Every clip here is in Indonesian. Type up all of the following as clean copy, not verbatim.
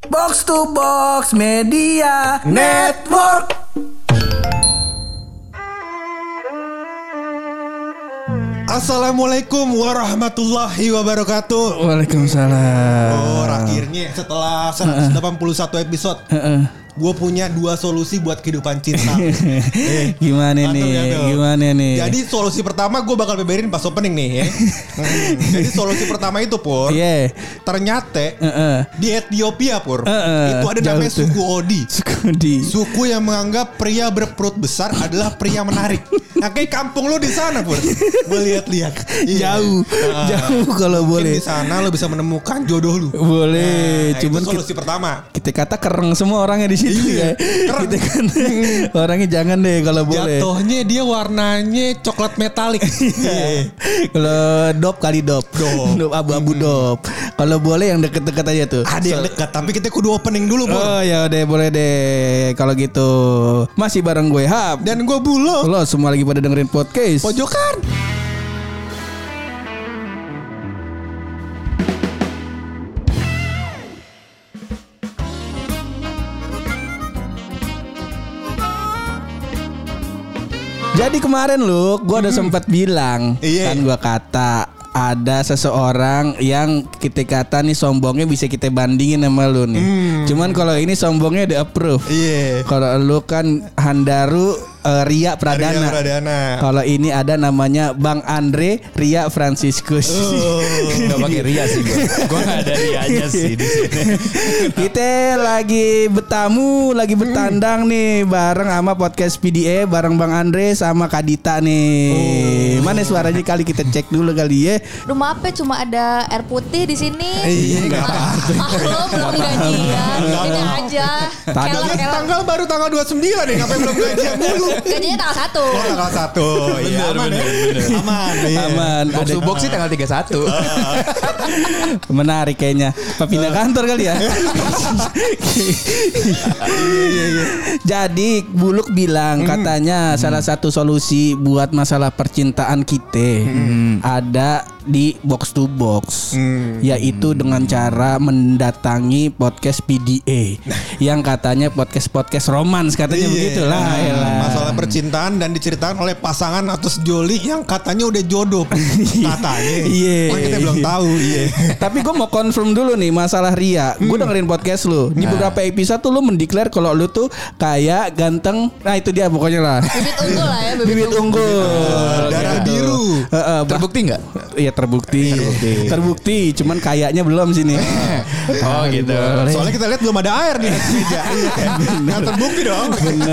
Box to Box Media Network. Assalamualaikum warahmatullahi wabarakatuh. Waalaikumsalam. Oh, akhirnya setelah 181 episode gue punya 2 solusi buat kehidupan cinta. Gimana nih? Jadi solusi pertama gue bakal beberin pas opening nih ya. Jadi solusi pertama itu Pur, ternyata di Ethiopia Pur, itu ada namanya suku Odi. Suku yang menganggap pria berperut besar adalah pria menarik. Nah kayak kampung lo di sana Pur, gue lihat-lihat jauh kalau boleh. Di sana lo bisa menemukan jodoh lu. Boleh. Nah, Cuman itu solusi pertama. Kita kata kereng semua orangnya di situ ya. Kita kan orangnya jangan deh kalau boleh. Jatuhnya dia warnanya coklat metalik. Kalau dop kali dop abu-abu dop. Kalau boleh yang deket-deket aja tuh. Ada yang dekat, tapi kita kudu opening dulu Pur. Oh ya udah boleh deh. Kalau gitu masih bareng gue Hap dan gue Bulo. Lo semua lagi pada dengerin podcast Pojokan. Jadi kemarin lu, gue udah sempat bilang, kan gue kata ada seseorang yang kita kata nih sombongnya bisa kita bandingin sama lu nih. Cuman kalau ini sombongnya di approve. Kalau lu kan Handaru Ria Pradana. Kalau ini ada namanya Bang Andre Ria Franciscus. Gak pakai Ria sih gue gak ada Rianya sih di sini. Kita lagi bertamu, lagi bertandang nih bareng sama podcast PDA bareng Bang Andre sama Kadita nih. Mana suaranya kali kita cek dulu kali ya. Rumah apa cuma ada air putih di sini. Belum gajian. Ini aja. Tanggal baru tanggal 29 nih, ngapain belum gajian mulu? Gajinya tanggal 1. Oh, tanggal 1. Iya, aman. Box to box sih tanggal 31. Menarik kayaknya. Pindah kantor kali ya. Jadi Buluk bilang katanya salah satu solusi buat masalah percintaan kita ada di box to box, yaitu dengan cara mendatangi podcast PDA yang katanya podcast romans katanya begitulah. Masalah percintaan dan diceritakan oleh pasangan atau sejoli yang katanya udah jodoh katanya. Kita belum tahu. Tapi gue mau confirm dulu nih masalah Ria. Gue dengerin podcast lu. Di beberapa episode tuh lu mendeklar kalau lu tuh kayak ganteng. Nah itu dia pokoknya lah. Bibit unggul lah ya. Bibit unggul. Darah biru. Terbukti nggak? Iya terbukti. Cuman kayaknya belum sini. Oh gitu. Soalnya kita lihat belum ada air nih. Nggak terbukti dong.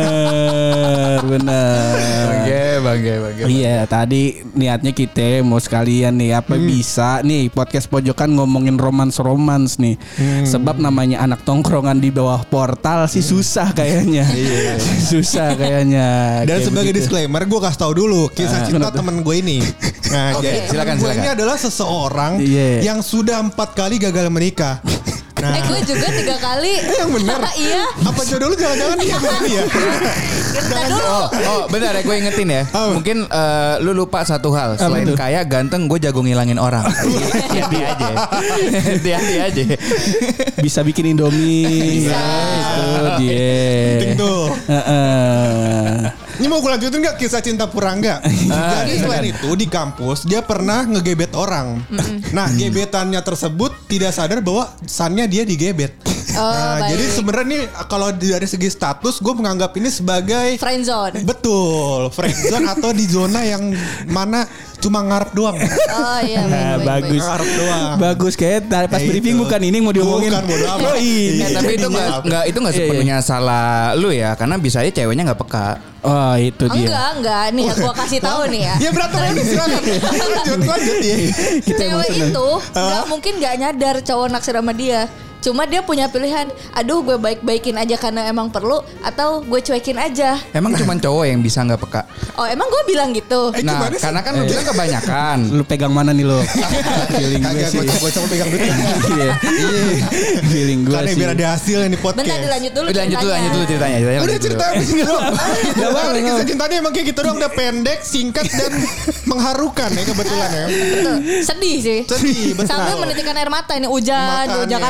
Bener. Bangga. Iya tadi niatnya kita mau sekalian nih bisa nih podcast pojokan ngomongin romans nih. Sebab namanya anak tongkrongan di bawah portal sih susah kayaknya. Susah kayaknya. Dan sebagai disclaimer gue kasih tahu dulu kisah cinta temen gue ini. Nah, jadi silakan. Ini adalah seseorang yang sudah 4 kali gagal menikah. Nah. Gue juga 3 kali. Yang benar. Iya. Apa jodoh lu jangan-jangan dia berarti ya? Bentar ya gue ingetin ya. Mungkin lu lupa satu hal. Selain kaya ganteng, gue jago ngilangin orang. Hati-hati aja. Bisa bikin Indomie. Bisa. Itu dia. Penting tuh. Ini mau gue lanjutin gak kisah cinta Purangga? Jadi selain itu di kampus dia pernah ngegebet orang. Nah gebetannya tersebut tidak sadar bahwa sannya dia digebet. Jadi sebenarnya nih kalau dari segi status gue menganggap ini sebagai friendzone. Betul, friendzone atau di zona yang mana cuma ngarep doang. Oh iya. Bagus. Ngarep doang. Bagus kayak pas briefing bukan ini yang mau diomongin. Bukan bodo amat. Oh iya. Tapi itu nggak sepenuhnya salah lu ya, karena bisa aja ceweknya nggak peka. Oh itu dia. Enggak nih gue kasih tahu nih ya. Ya berantem aja silakan. Lanjut ya. Cewek itu mungkin nggak nyadar cowok naksir sama dia. Cuma dia punya pilihan, aduh gue baik-baikin aja karena emang perlu, atau gue cuekin aja. Emang cuma cowok yang bisa nggak peka? Oh emang gue bilang gitu. Nah karena kan lu bilang kebanyakan. Lu pegang mana nih lo? Feeling gue sih. Gue coba pegang dulu. Feeling gue sih. Karena biar ada hasil yang di podcast. Bentar dilanjut dulu ceritanya. Udah cerita abis itu doang. Kisah cintanya emang kayak gitu doang. Udah pendek, singkat dan mengharukan ya kebetulan ya. Betul. Sedih sih. Sedih betul. Sambil menitikan air mata ini hujan di Jakarta sampai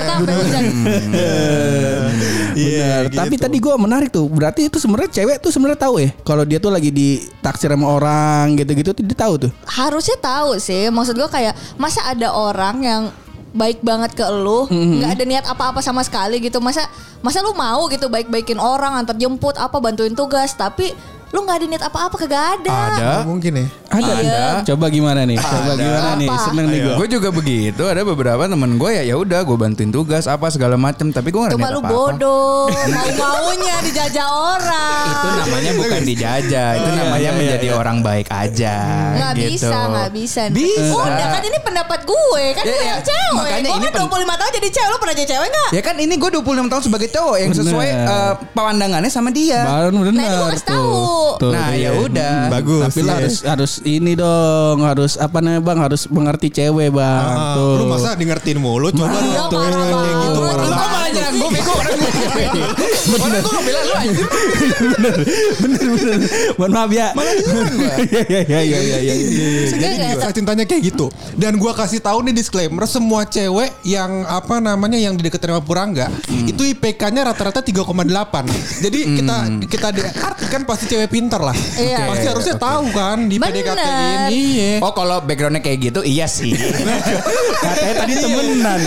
Benar. Tapi tadi gue menarik tuh. Berarti itu sebenarnya cewek tuh sebenarnya tahu ya kalau dia tuh lagi ditaksir sama orang gitu-gitu, dia tahu tuh. Harusnya tahu sih. Maksud gue kayak masa ada orang yang baik banget ke lu, nggak ada niat apa-apa sama sekali gitu. Masa lu mau gitu baik-baikin orang, antar jemput apa, bantuin tugas, tapi lu nggak ada niat apa-apa, kagak ada. Ada mungkin ya. Ada. Coba gimana nih? Nih? Seneng nih gue. Gue juga begitu. Ada beberapa temen gue ya udah gue bantuin tugas apa segala macem. Tapi gue nggak ada niat apa-apa. Cuma lu bodoh, mau-maunya dijajah orang. Itu namanya bukan dijajah. Itu namanya menjadi orang baik aja. Nggak gitu. bisa. Udah kan ini pendapat gue kan gue yang cewek. Makanya gue kan 25 tahun jadi cewek. Lu pernah jadi cewek nggak? Ya kan ini gue 26 tahun sebagai cowok yang sesuai pandangannya sama dia. Benar. Nah itu gue kasih tahu. Nah ya udah. Bagus. Tapi harus ini dong, harus apa namanya bang, harus mengerti cewek bang. Tuh. Lu masa di ngertiin mulu, coba lu kayak gitu. Lu kok malah nyerang gue bego orang gue. Orang gue ngebela lu anjir. Bener. Mohon maaf ya. Malah nyerang gue. Iya. Jadi kisah cintanya kayak gitu. Dan gua kasih tahu nih disclaimer, semua cewek yang apa namanya yang dideketin sama Purangga itu IPK-nya rata-rata 3,8. Jadi kita artikan pasti cewek pintar lah. Iya. Pasti harusnya tahu kan di PDKT-in. Iya. Oh kalau backgroundnya kayak gitu iya sih. Katanya tadi temenan.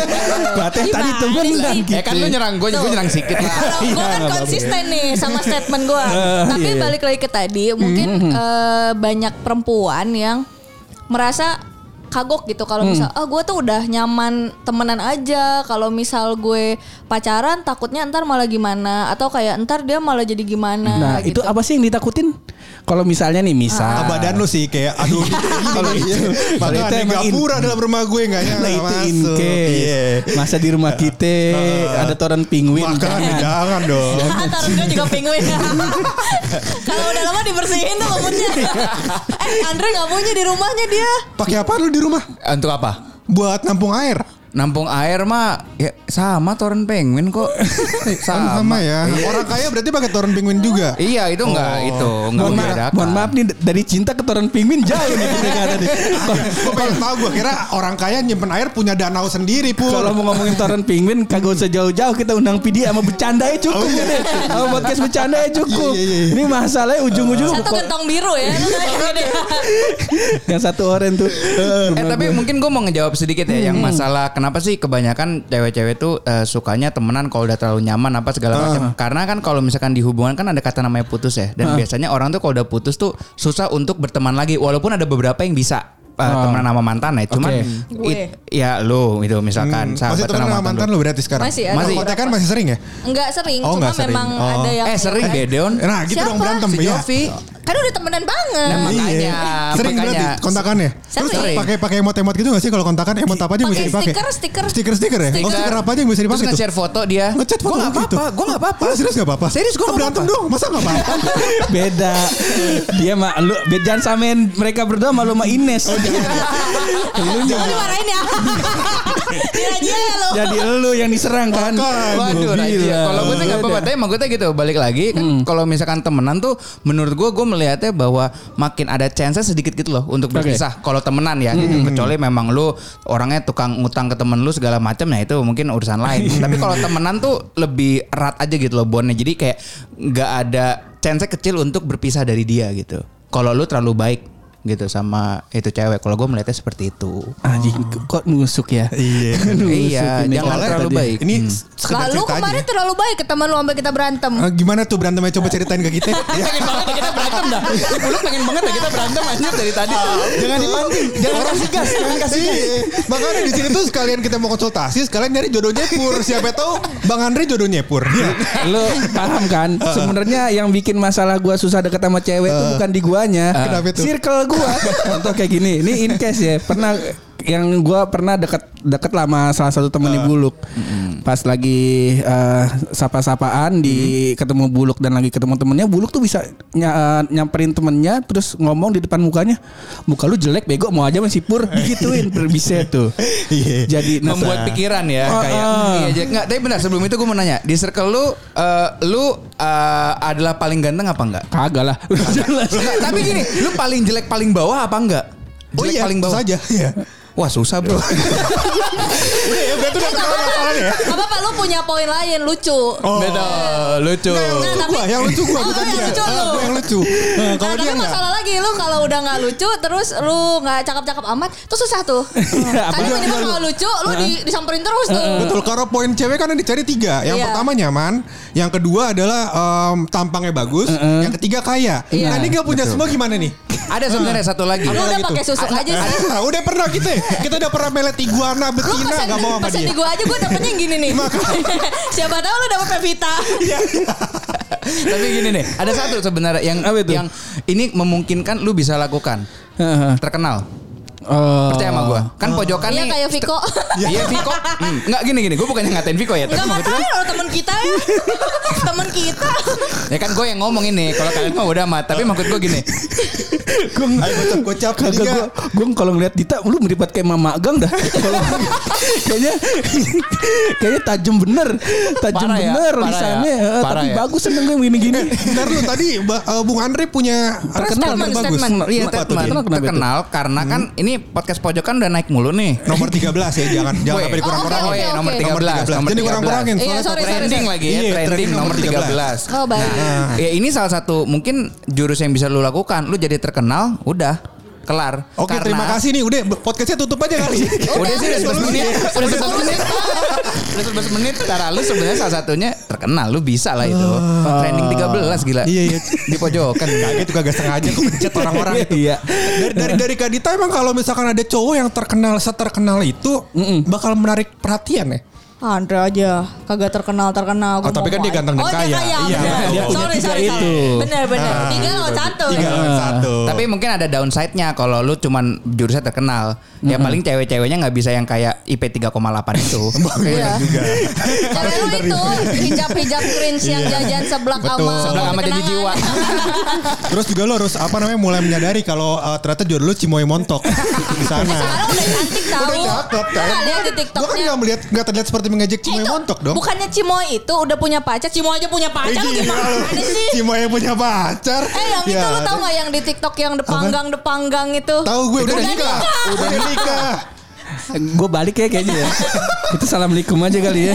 Kan lu nyerang gue nyerang sedikit lah. Gue kan konsisten nih sama statement gue. Tapi balik lagi ke tadi, mungkin banyak perempuan yang merasa kagok gitu kalau misal gue tuh udah nyaman temenan aja, kalau misal gue pacaran takutnya ntar malah gimana, atau kayak ntar dia malah jadi gimana. Nah gitu. itu apa sih yang ditakutin? Kalau misalnya nih badan lu sih kayak aduh kalau itu maka ada gapura dalam rumah gue nggak itu masa di rumah kita ada toren penguin. Jangan dong. Toren gue juga penguin. Kalau udah lama dibersihin tuh lumutnya. Andre nggak punya di rumahnya dia. Pakai apa lu di rumah? Untuk apa? Buat nampung air. Nampung air mah ya sama toren penguin kok. Sama ya. Orang kaya berarti pakai toren penguin juga. Iya itu enggak beda. Mohon maaf nih, dari cinta ke toren penguin jauh nih kita kata nih. Gue pengen tahu, gue kira orang kaya nyimpen air punya danau sendiri Pur. Kalau mau ngomongin toren penguin kagak usah jauh-jauh, kita undang PD sama bercanda ya cukup gitu. Sama podcast bercanda ya cukup. Ini masalahnya ujung-ujung satu gentong biru ya. Yang satu oranye tuh. Tapi mungkin gue mau ngejawab sedikit ya yang masalah kenapa sih kebanyakan cewek-cewek tuh sukanya temenan kalau udah terlalu nyaman apa segala macam. Karena kan kalau misalkan di hubungan kan ada kata namanya putus ya. Dan biasanya orang tuh kalau udah putus tuh susah untuk berteman lagi. Walaupun ada beberapa yang bisa temenan sama mantan ya. Cuman ya lu itu misalkan masih temenan sama mantan lu berarti sekarang. Masih. Kontekan masih sering ya? Enggak sering, cuma memang ada yang sering Gedeon. Nah gitu dong berantem ya. Kan udah temenan banget. Nah, makanya sering berarti kontakannya. Terus pakai emot-emot gitu gak sih kalau kontakan? Emot apa aja yang bisa dipakai? Stiker ya? Oh stiker apa aja yang bisa dipakai? Terus nge-share foto dia. Ngechat foto gitu. Gue gak apa-apa. Serius gak apa-apa? Serius gue berantem dong. Masa gak apa-apa? Beda. Dia mah lu jangan samain mereka berdua malu sama Ines. Jangan dimarahin ya. Dirajia ya lo. Jadi lu yang diserang kan. Waduh kalau gue tuh gak apa-apa. Tapi emang gue tuh gitu. Balik lagi kan kalau misalkan temenan tuh menurut gue melihatnya bahwa makin ada chance sedikit gitu loh untuk berpisah. Kalau temenan ya gitu. Kecuali memang lu orangnya tukang ngutang ke temen lu segala macam, nah itu mungkin urusan lain. Tapi kalau temenan tuh lebih erat aja gitu loh bondnya. Jadi kayak nggak ada chance kecil untuk berpisah dari dia gitu. Kalau lu terlalu baik gitu sama itu cewek. Kalau gue melihatnya seperti itu. Anjing kok nusuk ya? Iya, jangan terlalu baik. Ini lalu kemarin terlalu baik ke teman lu sampai kita berantem. Gimana tuh berantemnya, coba ceritain ke kita. Pengen banget ya kita berantem dah. Lu pengen banget ya kita berantem anjir dari tadi. Jangan dipancing, jangan kasih gas, jangan kasih gas. Makanya di sini tuh sekalian kita mau konsultasi, sekalian nyari jodohnya Pur. Siapa tahu Bang Andre jodohnya Pur. Lu paham kan? Sebenarnya yang bikin masalah gua susah deket sama cewek itu bukan di guanya. Kenapa itu? Circle gua. Contoh kayak gini, ini in case ya. Yang gue pernah deket lama salah satu temen di Buluk. Pas lagi sapa-sapaan di ketemu Buluk dan lagi ketemu temennya, Buluk tuh bisa nyamperin temennya terus ngomong di depan mukanya, muka lu jelek bego, mau aja masih Pur, digituin. Bisa tuh. Jadi membuat pikiran ya kayak enggak. Tapi benar, sebelum itu gue mau nanya, di circle lu adalah paling ganteng apa enggak? Kagak lah. Tapi gini, lu paling jelek paling bawah apa enggak? Jelek paling bawah saja. Iya. Wah susah bro. Udah ya berarti udah kenal masalahnya ya. Apa lu punya poin lain lucu. Betul, lucu. Yang lucu gue bukan dia. Gue yang lucu. Kalau dia enggak. Masalah lagi lu kalau udah enggak lucu terus lu enggak cakep-cakep amat itu susah tuh. Karena minimal kalau lucu lu disamperin terus tuh. Betul, karena poin cewek kan yang dicari 3. Yang pertama nyaman, yang kedua adalah tampangnya bagus, yang ketiga kaya. Nah ini gak punya semua gimana nih? Ada sebenarnya satu lagi. Lu udah pakai susu aja sih. Udah pernah kita udah pernah melet iguana betina gak mau sama dia. Pesen di gua aja gua dapetnya yang gini nih. Siapa tahu lu dapet Pevita. Tapi gini nih, ada satu sebenarnya yang ini memungkinkan lu bisa lakukan. Terkenal. Percaya sama gue. Kan pojokan nih. Iya kayak Viko. Iya Viko. Enggak gini. Gue bukannya ngatain Viko ya. Enggak masalah loh teman kita ya. Teman kita. Ya kan gue yang ngomong ini. Kalau kalian mah udah amat. Tapi maksud gue gini. Gocap. Gue kalau ngeliat Dita lu meripat kayak Mama Gang dah. Kayaknya tajam bener lisannya. Tapi bagus seneng gue gini-gini. Bentar lu tadi Bung Andre punya statement bagus. Iya terkenal karena kan ini podcast pojokan udah naik mulu nih. Nomor 13 ya, jangan sampai dikurang-kurangin. Oh iya, nomor 13. Jadi kurang-kurangin. Trending lagi ya, trending nomor 13. Oh baik. Ya ini salah satu mungkin jurus yang bisa lu lakukan. Lu jadi terkenal, udah kelar. Oke, terima kasih nih. Udah podcastnya tutup aja kali. Udah sih 11 menit. Udah 11 menit. Cara lu sebenarnya salah satunya terkenal. Lu bisa lah itu. Trending 13 gila. Iya. Di pojokan. Kaget juga gak sengaja kok pencet orang-orang itu. Iya. Dari Kak Dita emang kalau misalkan ada cowok yang seterkenal itu bakal menarik perhatian ya? Andre aja kagak terkenal. Tapi kan dia ganteng dan kaya. Iya. Dia punya tiga itu. Benar. 3 lawan 1. Tapi mungkin ada downside-nya kalau lu cuman jurusnya terkenal. Ya paling cewek-ceweknya nggak bisa yang kayak IP 3,8 itu. Iya juga. Cewek lu itu hijab cringe yang jajan seblak sama janji jiwa. Terus juga lu harus mulai menyadari kalau ternyata jodoh lu Cimoy montok di sana. Sekarang udah cantik tahu. Udah cakep kan. Lihat di TikToknya. Gua kan nggak terlihat seperti mengejek Cimoy montok dong. Bukannya Cimoy itu udah punya pacar, Cimoy aja punya pacar gimana sih? Cimoy punya pacar. Yang itu lu tahu nggak yang di TikTok yang depanggang itu? Tahu gue udah nikah. Gue balik ya kayaknya ya. Kita assalamualaikum aja kali ya.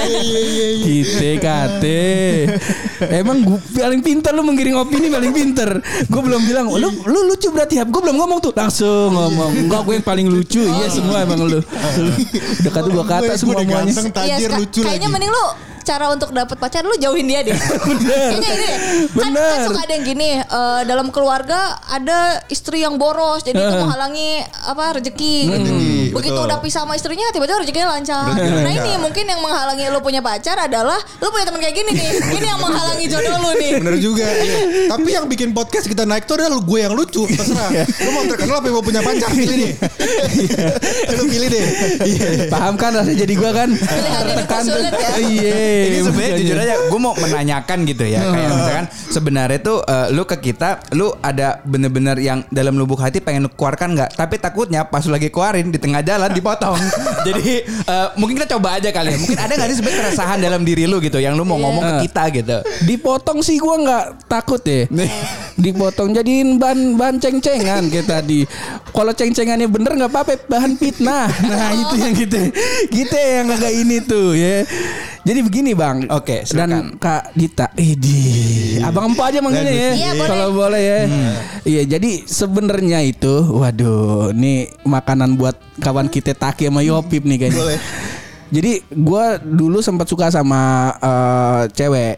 Kita kate. Emang gue paling pintar lu menggiring opini paling pintar. Gue belum bilang lu lucu berarti ya. Gue belum ngomong tuh langsung ngomong. Enggak gue yang paling lucu. Iya semua emang lu. Udah kata gue kata semua semuanya. Iya kayaknya mending lu cara untuk dapat pacar lu jauhin dia deh. Bener. Kayaknya ini deh. Kan suka ada yang gini, dalam keluarga ada istri yang boros jadi itu menghalangi rezeki. Begitu udah pisah sama istrinya tiba-tiba rezekinya lancar. Nah ini mungkin yang menghalangi lu punya pacar adalah lu punya teman kayak gini nih. Ini yang menghalangi jodoh lu nih. Bener juga. Tapi yang bikin podcast kita naik tuh adalah gue yang lucu. Terserah. Lu mau terkenal apa mau punya pacar pilih deh. Lu pilih deh. Paham kan rasanya jadi gue kan. Tertekan sulit ya. Iya. Ini sebenarnya jujur aja gue mau menanyakan gitu ya. Kayak misalkan sebenarnya tuh lu ke kita, lu ada bener-bener yang dalam lubuk hati pengen lu keluarkan gak? Tapi takutnya pas lu lagi keluarin di tengah jalan dipotong. Jadi mungkin kita coba aja kali ya. Mungkin ada gak sih sebenarnya keresahan dalam diri lu gitu yang lu mau ngomong ke kita gitu. Dipotong sih gue gak takut ya. Dipotong jadiin bahan ceng-cengan kayak tadi. Kalau ceng-cengannya bener gak apa-apa, bahan fitnah. Nah itu yang kita yang agak ini tuh ya. Jadi begini bang. Oke, silakan. Dan Kak Dita, abang empo aja manggilnya ya. Iya, kalau boleh ya. Iya, jadi sebenarnya itu, waduh, nih makanan buat kawan kita Taki sama Yopip nih kayaknya. Boleh. Jadi gue dulu sempat suka sama cewek.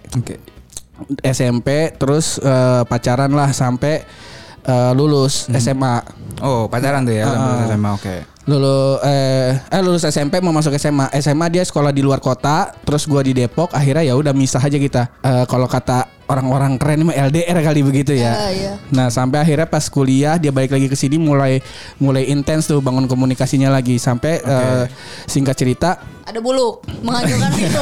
SMP, terus pacaran lah sampai lulus SMA. Oh, pacaran tuh ya lulus SMA, oke. Lulus SMP mau masuk SMA. SMA dia sekolah di luar kota, terus gua di Depok. Akhirnya ya udah misah aja kita. Kalau kata orang-orang keren mah LDR kali begitu ya. Iya. Nah, sampai akhirnya pas kuliah dia balik lagi ke sini mulai intens tuh bangun komunikasinya lagi sampai singkat cerita ada buluk menghancurkan itu.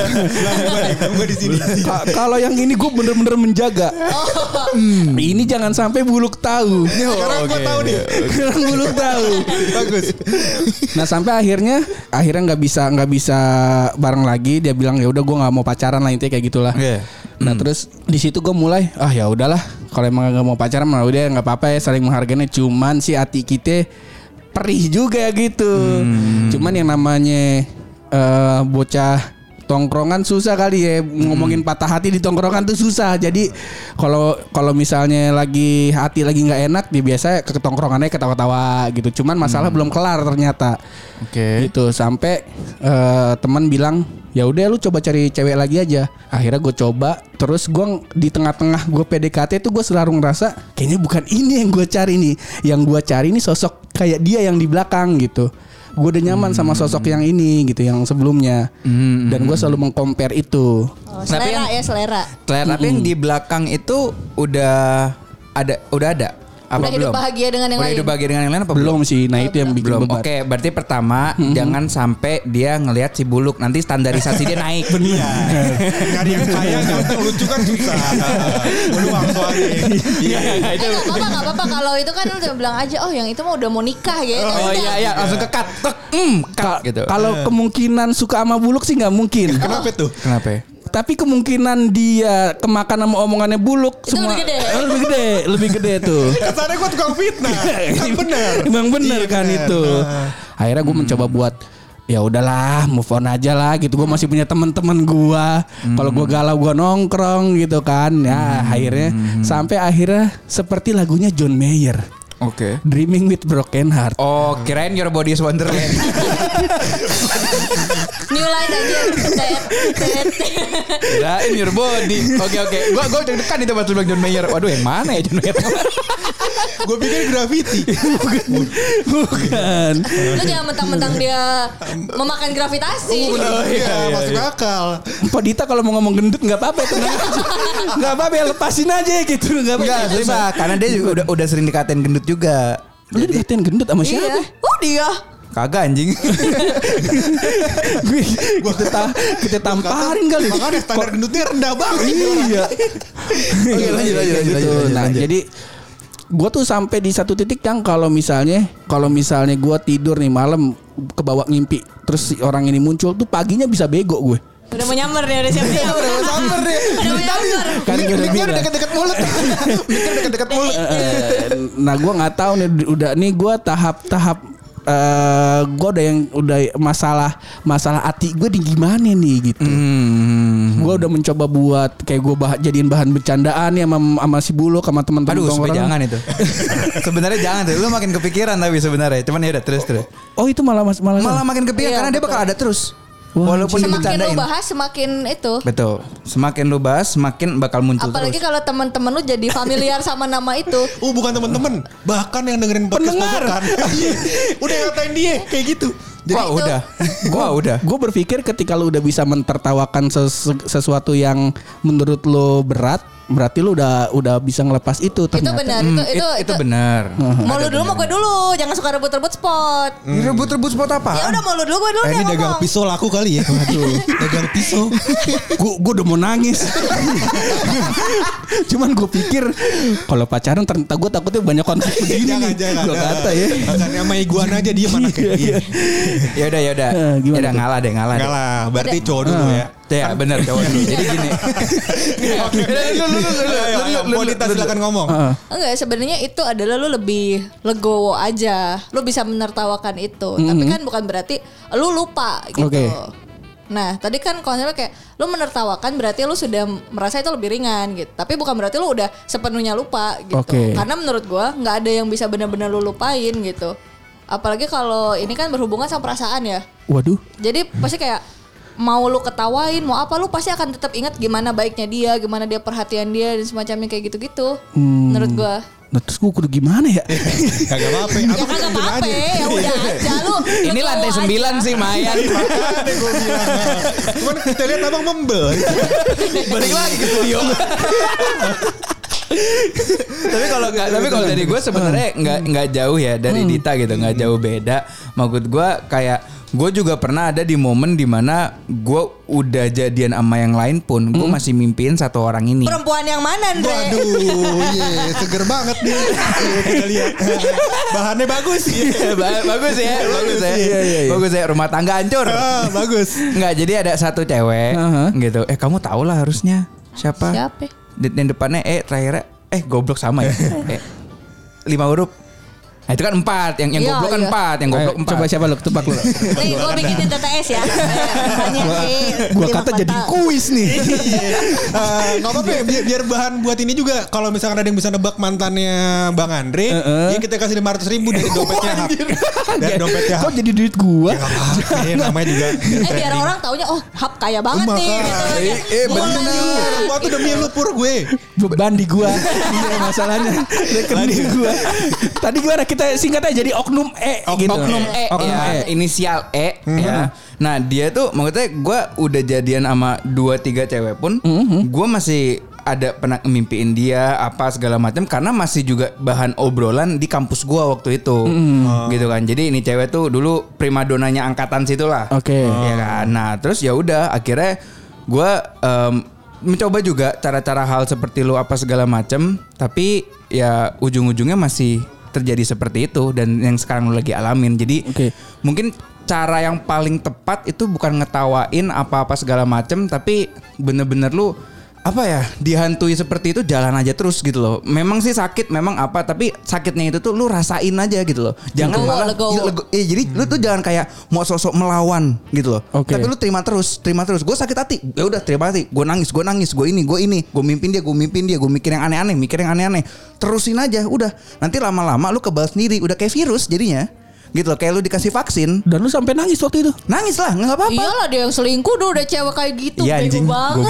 Gue di sini. Kalau yang ini gue bener-bener menjaga. Ini jangan sampai buluk tahu. Sekarang gue tahu nih. Sekarang buluk tahu. Bagus. Nah sampai akhirnya nggak bisa bareng lagi. Dia bilang ya udah gue nggak mau pacaran lah intinya kayak gitulah. Nah terus di situ gue mulai ya udahlah kalau emang nggak mau pacaran mah udah nggak apa-apa ya saling menghargainya. Cuman si hati kita perih juga gitu. Cuman yang namanya bocah tongkrongan susah kali ya, ngomongin patah hati di tongkrongan tuh susah. Jadi kalau misalnya lagi hati lagi nggak enak, dia biasa ke tongkrongannya ketawa-tawa gitu. Cuman masalah belum kelar ternyata. Oke. Gitu sampai teman bilang, ya udah lu coba cari cewek lagi aja. Akhirnya gue coba, terus gue di tengah-tengah gue PDKT tuh gue selalu ngerasa kayaknya bukan ini yang gue cari nih. Yang gue cari ini sosok kayak dia yang di belakang gitu. Gue udah nyaman sama sosok yang ini gitu, yang sebelumnya. Dan gue selalu meng-compare itu. Selera ya, selera. Tapi yang di belakang itu udah ada. Apa udah hidup bahagia dengan yang lain. Udah hidup bahagia dengan yang lain apa belum sih? Nah itu yang bikin belum. beban. Oke, berarti pertama jangan sampai dia ngelihat si buluk, nanti standarisasi dia naik. Benar. Nyari yang kaya gampang, lucu kan susah. Peluang soalnya. Iya. Itu nggak apa-apa kalau itu kan lu bilang aja, oh yang itu mah udah mau nikah gitu. Oh iya langsung ke cut. Gitu. Kalau kemungkinan suka sama buluk sih nggak mungkin. Kenapa tuh? Kenapa? Tapi kemungkinan dia kemakan sama omongannya buluk itu semua lebih gede tuh. Kesannya gue tukang fitnah. Kan bener. Emang bener kan bener. itu. Akhirnya gue mencoba buat ya udahlah, move on aja lah gitu. Gue masih punya teman-teman gue. Kalau gue galau gue nongkrong gitu kan. Ya akhirnya sampai akhirnya seperti lagunya John Mayer. Oke. Dreaming with Broken Heart. Oh, kirain Your Body is Wonderland. New line aja. Kirain Your Body. Oke. Gua deg-degan itu pas lu bilang John Mayer. Waduh, yang mana ya John Mayer? Gue pikir Gravity. Bukan. Lu jangan mentang-mentang dia memakan gravitasi. Oh iya, masuk akal. Pak Dita kalau mau ngomong gendut nggak apa-apa, tenang aja. Nggak apa-apa, ya lepasin aja gitu. Nggak Enggak, susah. Karena dia juga udah sering dikatain gendut juga. Lu dikatain gendut sama siapa? Iya. Oh dia. Kagak anjing. kita tamparin kali. Makanya standar gendutnya rendah banget. Iya. Oke, lanjut. Nah, jadi gue tuh sampai di satu titik yang kalau misalnya gue tidur nih malam kebawa ngimpi, terus si orang ini muncul tuh paginya bisa bego gue. Udah mau nyamber nih, udah siap-siap. Udah mau nyamber. Kan gue udah bilang. Deket-deket mulut. Deket-deket mulut. Nah gue nggak tahu nih, udah nih gue tahap gue udah masalah hati gue di gimana nih gitu. Gue udah mencoba buat kayak gue jadiin bahan bercandaan ya sama si buluk sama teman-teman. Aduh, supaya jangan itu. Sebenarnya jangan tuh. Lu makin kepikiran tapi sebenarnya. Cuman ya udah terus. Oh itu malah makin kepikiran karena dia bakal ada terus. Walaupun semakin dibercandain. lu bahas semakin itu. Betul. Semakin lu bahas semakin bakal muncul. Apalagi kalau teman-teman lu jadi familiar sama nama itu. Bukan teman-teman, bahkan yang dengerin podcast Pojokan. Udah ngatain dia kayak gitu. Jadi, udah. Gue berpikir ketika lu udah bisa mentertawakan sesuatu yang menurut lu berat, berarti lu udah bisa ngelepas itu ternyata. Itu benar. Mau lu dulu mau gue dulu, jangan suka rebut-rebut spot. Rebut-rebut spot apa? Ya udah mau lu dulu gue dulu. Ini dagang pisau laku kali ya. Waduh, dagang pisau. Gue udah mau nangis. Cuman gue pikir kalau pacaran ternyata gue takutnya banyak konflik begini. Jangan. Gue kata ya. Makanya sama iguana aja dia mana kayak gini. Ya udah. Ya ngalah deh. Ngalah. Berarti cowok dulu ya. Ya benar cowok dulu. Jadi gini. Lu silakan ngomong. Enggak, sebenarnya itu adalah lu lebih legowo aja. Lu bisa menertawakan itu. Tapi kan bukan berarti lu lupa gitu. Okay. Nah, tadi kan konsepnya kayak lu menertawakan berarti lu sudah merasa itu lebih ringan gitu. Tapi bukan berarti lu udah sepenuhnya lupa gitu. Okay. Karena menurut gua nggak ada yang bisa benar-benar lu lupain gitu. Apalagi kalau ini kan berhubungan sama perasaan ya. Waduh. Jadi pasti kayak mau lu ketawain, mau apa lu pasti akan tetap ingat gimana baiknya dia, gimana dia perhatian dia dan semacamnya kayak gitu-gitu. Menurut gua. Nah terus gue kudu gimana ya? Kagak apa-apa. Ya kagak apa-apa. Ya udah aja lu. Ini lantai 9 sih Mayan. Cuman kita lihat abang membel. Balik lagi ke studio. tapi kalau dari gue sebenarnya nggak jauh ya dari Dita gitu, nggak jauh beda. Maksud gue kayak gue juga pernah ada di momen dimana gue udah jadian sama yang lain pun gue masih mimpiin satu orang ini. Perempuan yang mana, Andre? Waduh, seger banget nih. Kita lihat. Bahannya bagus. Bagus ya. Bagus ya. Rumah tangga hancur. Bagus. Nggak, jadi ada satu cewek gitu. Kamu tahu lah harusnya siapa? Siapa? Yang depannya terakhirnya goblok sama ya. 5 huruf. Nah, itu kan 4, yang goblok kan 4, yang goblok 4. Coba siapa lu tebak lu. Nih gue bikinin TTS ya. Gua kata jadi kuis nih. Nggak apa-apa ya, biar bahan buat ini juga. Kalau misalkan ada yang bisa nebak mantannya Bang Andre, ya kita kasih 500.000 dari dompetnya Hap. Dari dompetnya Hap. Kok jadi duit gua? Ya namanya juga. Biar orang taunya Hap kaya banget nih. Bener. Waktu demi lu pur gue. Beban di gua. Iya masalahnya. Rekening gua. Tadi gimana kita singkat aja jadi Oknum E gitu. Oknum E ya, inisial E ya. Nah, dia tuh maksudnya gue udah jadian sama 2-3 cewek pun, gue masih ada pernah mimpiin dia apa segala macam karena masih juga bahan obrolan di kampus gue waktu itu. Gitu kan. Jadi ini cewek tuh dulu primadonanya angkatan situ lah. Oke. Ya kan. Nah, terus ya udah akhirnya gue mencoba juga cara-cara hal seperti lu apa segala macam, tapi ya ujung-ujungnya masih terjadi seperti itu dan yang sekarang lu lagi alamin. Jadi mungkin cara yang paling tepat itu bukan ngetawain apa-apa segala macem, tapi bener-bener lu apa ya, dihantui seperti itu jalan aja terus gitu loh. Memang sih sakit, memang apa, tapi sakitnya itu tuh lu rasain aja gitu loh. Jangan malah jadi lu tuh jangan kayak mau sosok melawan gitu loh. Tapi lu terima terus. Gue sakit hati, ya udah terima hati. Gue nangis, gue ini. Gue mimpin dia, gue mikir yang aneh-aneh. Terusin aja, udah. Nanti lama-lama lu kebal sendiri, udah kayak virus jadinya. Gitu loh, kayak lu dikasih vaksin. Dan lu sampai nangis waktu itu? Nangis lah, gak apa-apa. Iyalah dia yang selingkuh udah cewek kayak gitu. Iya anjing,